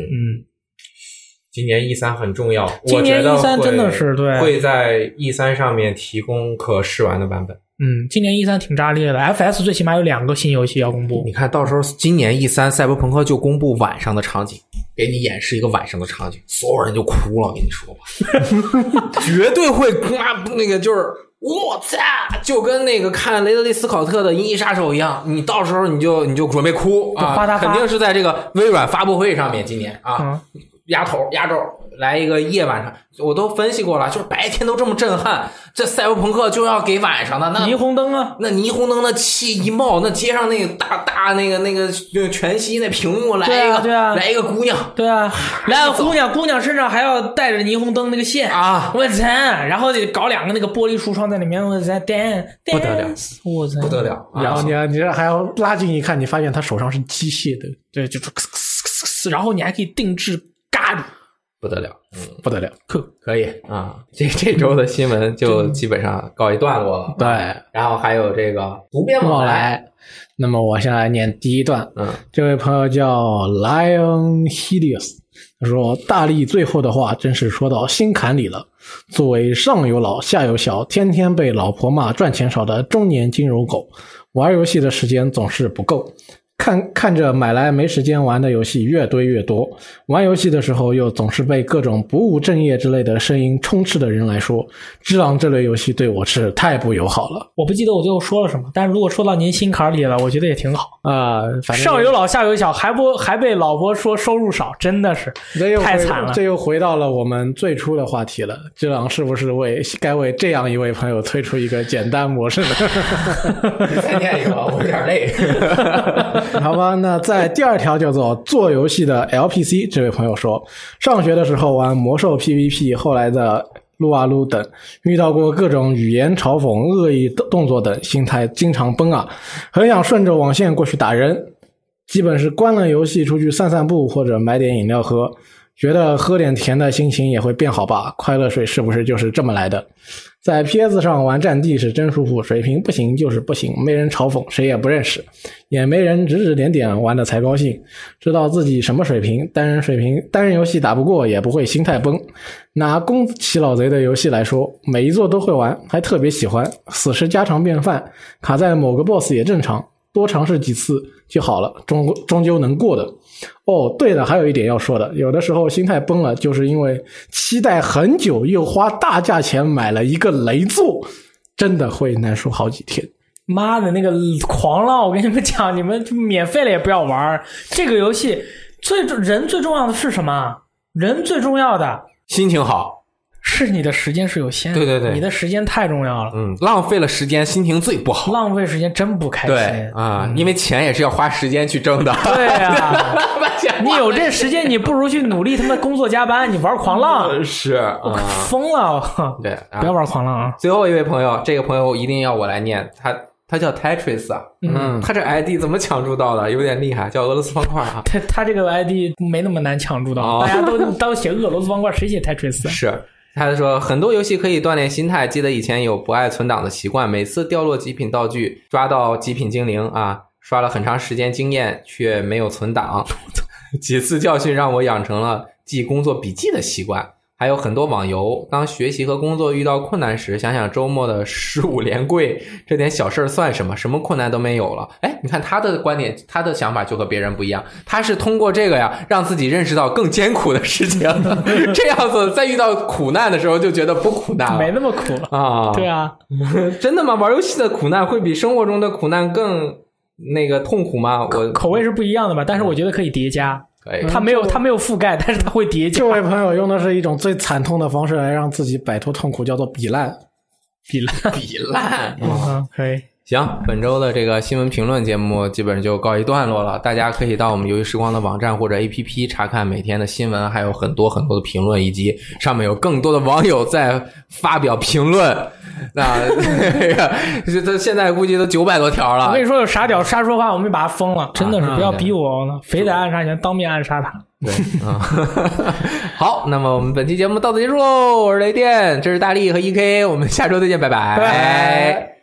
今年 E3 很重要， 今年 E3 真的是对， 会在 E3 上面提供可试玩的版本。 今年 E3 挺炸裂的 ，FS 最起码有2个新游戏要公布。 你看到时候今年 E3 赛博朋克就公布晚上的场景，给你演示一个晚上的场景，所有人就哭了，我跟你说吧，绝对会那个就是我操，就跟那个看雷德利·斯考特的《银翼杀手》一样，你到时候你就准备哭啊，肯定是在这个微软发布会上面，今年啊。压轴来一个夜晚上，我都分析过了，就是白天都这么震撼，这赛博朋克就要给晚上的那霓虹灯啊， 那霓虹灯那气一冒，那街上那个大那个全息那屏幕来一个， 对啊， 来一个姑娘， 对啊，来个姑娘身上还要带着霓虹灯那个线啊， 我操，然后得搞2个那个玻璃橱窗在里面，我操， 不得了， 我操， 不得了， 然后你这还要拉近一看，你发现他手上是机械的， 对，就是然后你还可以定制咖喱。 不得了， 不得了， 可以啊！这周的新闻就基本上告一段落了。 对， 然后还有这个不变往来。 那么我先来念第一段。这位朋友叫 Lion Helios， 他说：“大力最后的话真是说到心坎里了。作为上有老下有小，天天被老婆骂赚钱少的中年金融狗，玩游戏的时间总是不够。”看着买来没时间玩的游戏越堆越多，玩游戏的时候又总是被各种不务正业之类的声音充斥的人来说，只狼这类游戏对我是太不友好了。 我不记得我最后说了什么，但是如果说到您心坎里了，我觉得也挺好啊。 上有老下有小，还被老婆说收入少，真的是太惨了。 这又回到了我们最初的话题了，只狼是不是该为这样一位朋友推出一个简单模式呢？ 你再念一个吧，我有点累。 好吧，那在第2条叫做做游戏的 LPC， 这位朋友说，上学的时候玩魔兽 PVP， 后来的撸啊撸等，遇到过各种语言嘲讽、恶意动作等，心态经常崩啊，很想顺着网线过去打人，基本是关了游戏出去散散步或者买点饮料喝，觉得喝点甜的心情也会变好吧，快乐水是不是就是这么来的？在 PS 上玩战地是真舒服，水平不行就是不行，没人嘲讽，谁也不认识，也没人指指点点，玩的才高兴，知道自己什么水平，单人游戏打不过也不会心态崩。拿攻骑老贼的游戏来说，每一座都会玩，还特别喜欢，死是家常便饭，卡在某个 boss 也正常，多尝试几次就好了，终究能过的。哦，对了，还有一点要说的，有的时候心态崩了，就是因为期待很久又花大价钱买了一个雷作，真的会难受好几天。 妈的，那个狂浪，我跟你们讲，你们免费了也不要玩这个游戏。人最重要的是什么？人最重要的心情好。 是你的时间是有限的， 对， 你的时间太重要了。 浪费了时间，心情最不好。 浪费时间真不开心。 对啊，因为钱也是要花时间去挣的。 对啊，你有这时间，你不如去努力他妈工作加班，你玩狂浪是疯了。 对， 不要玩狂浪啊！ 最后一位朋友，这个朋友一定要我来念，他叫 Tetris 啊，他这 ID 怎么抢注到的？有点厉害，叫俄罗斯方块啊。 他这个 ID 没那么难抢注到，大家都写俄罗斯方块，谁写 Tetris 啊？ 是。他说很多游戏可以锻炼心态，记得以前有不爱存档的习惯，每次掉落极品道具抓到极品精灵啊，刷了很长时间经验却没有存档，几次教训让我养成了记工作笔记的习惯。还有很多网游，当学习和工作遇到困难时，想想周末的15连跪，这点小事算什么？什么困难都没有了。哎，你看他的观点，他的想法就和别人不一样。他是通过这个呀，让自己认识到更艰苦的事情，这样子在遇到苦难的时候就觉得不苦难了， 没那么苦了啊。 对啊， 真的吗？玩游戏的苦难会比生活中的苦难更那个痛苦吗？ 口味是不一样的吧，但是我觉得可以叠加。 可以， 它没有覆盖，但是它会叠加。 这位朋友用的是一种最惨痛的方式来让自己摆脱痛苦，叫做比烂。 比烂， 可以。 行，本周的这个新闻评论节目基本就告一段落了。大家可以到我们游戏时光的网站或者 APP 查看每天的新闻，还有很多很多的评论，以及上面有更多的网友在发表评论。那这个现在估计都900多条了。 我跟你说，有傻屌瞎说话，我们就把他封了。真的是不要逼我呢，非得暗杀你，当面暗杀他。 对好，那么我们本期节目到此结束喽。我是雷电，这是大力和 EK， 我们下周再见，拜拜。 拜拜。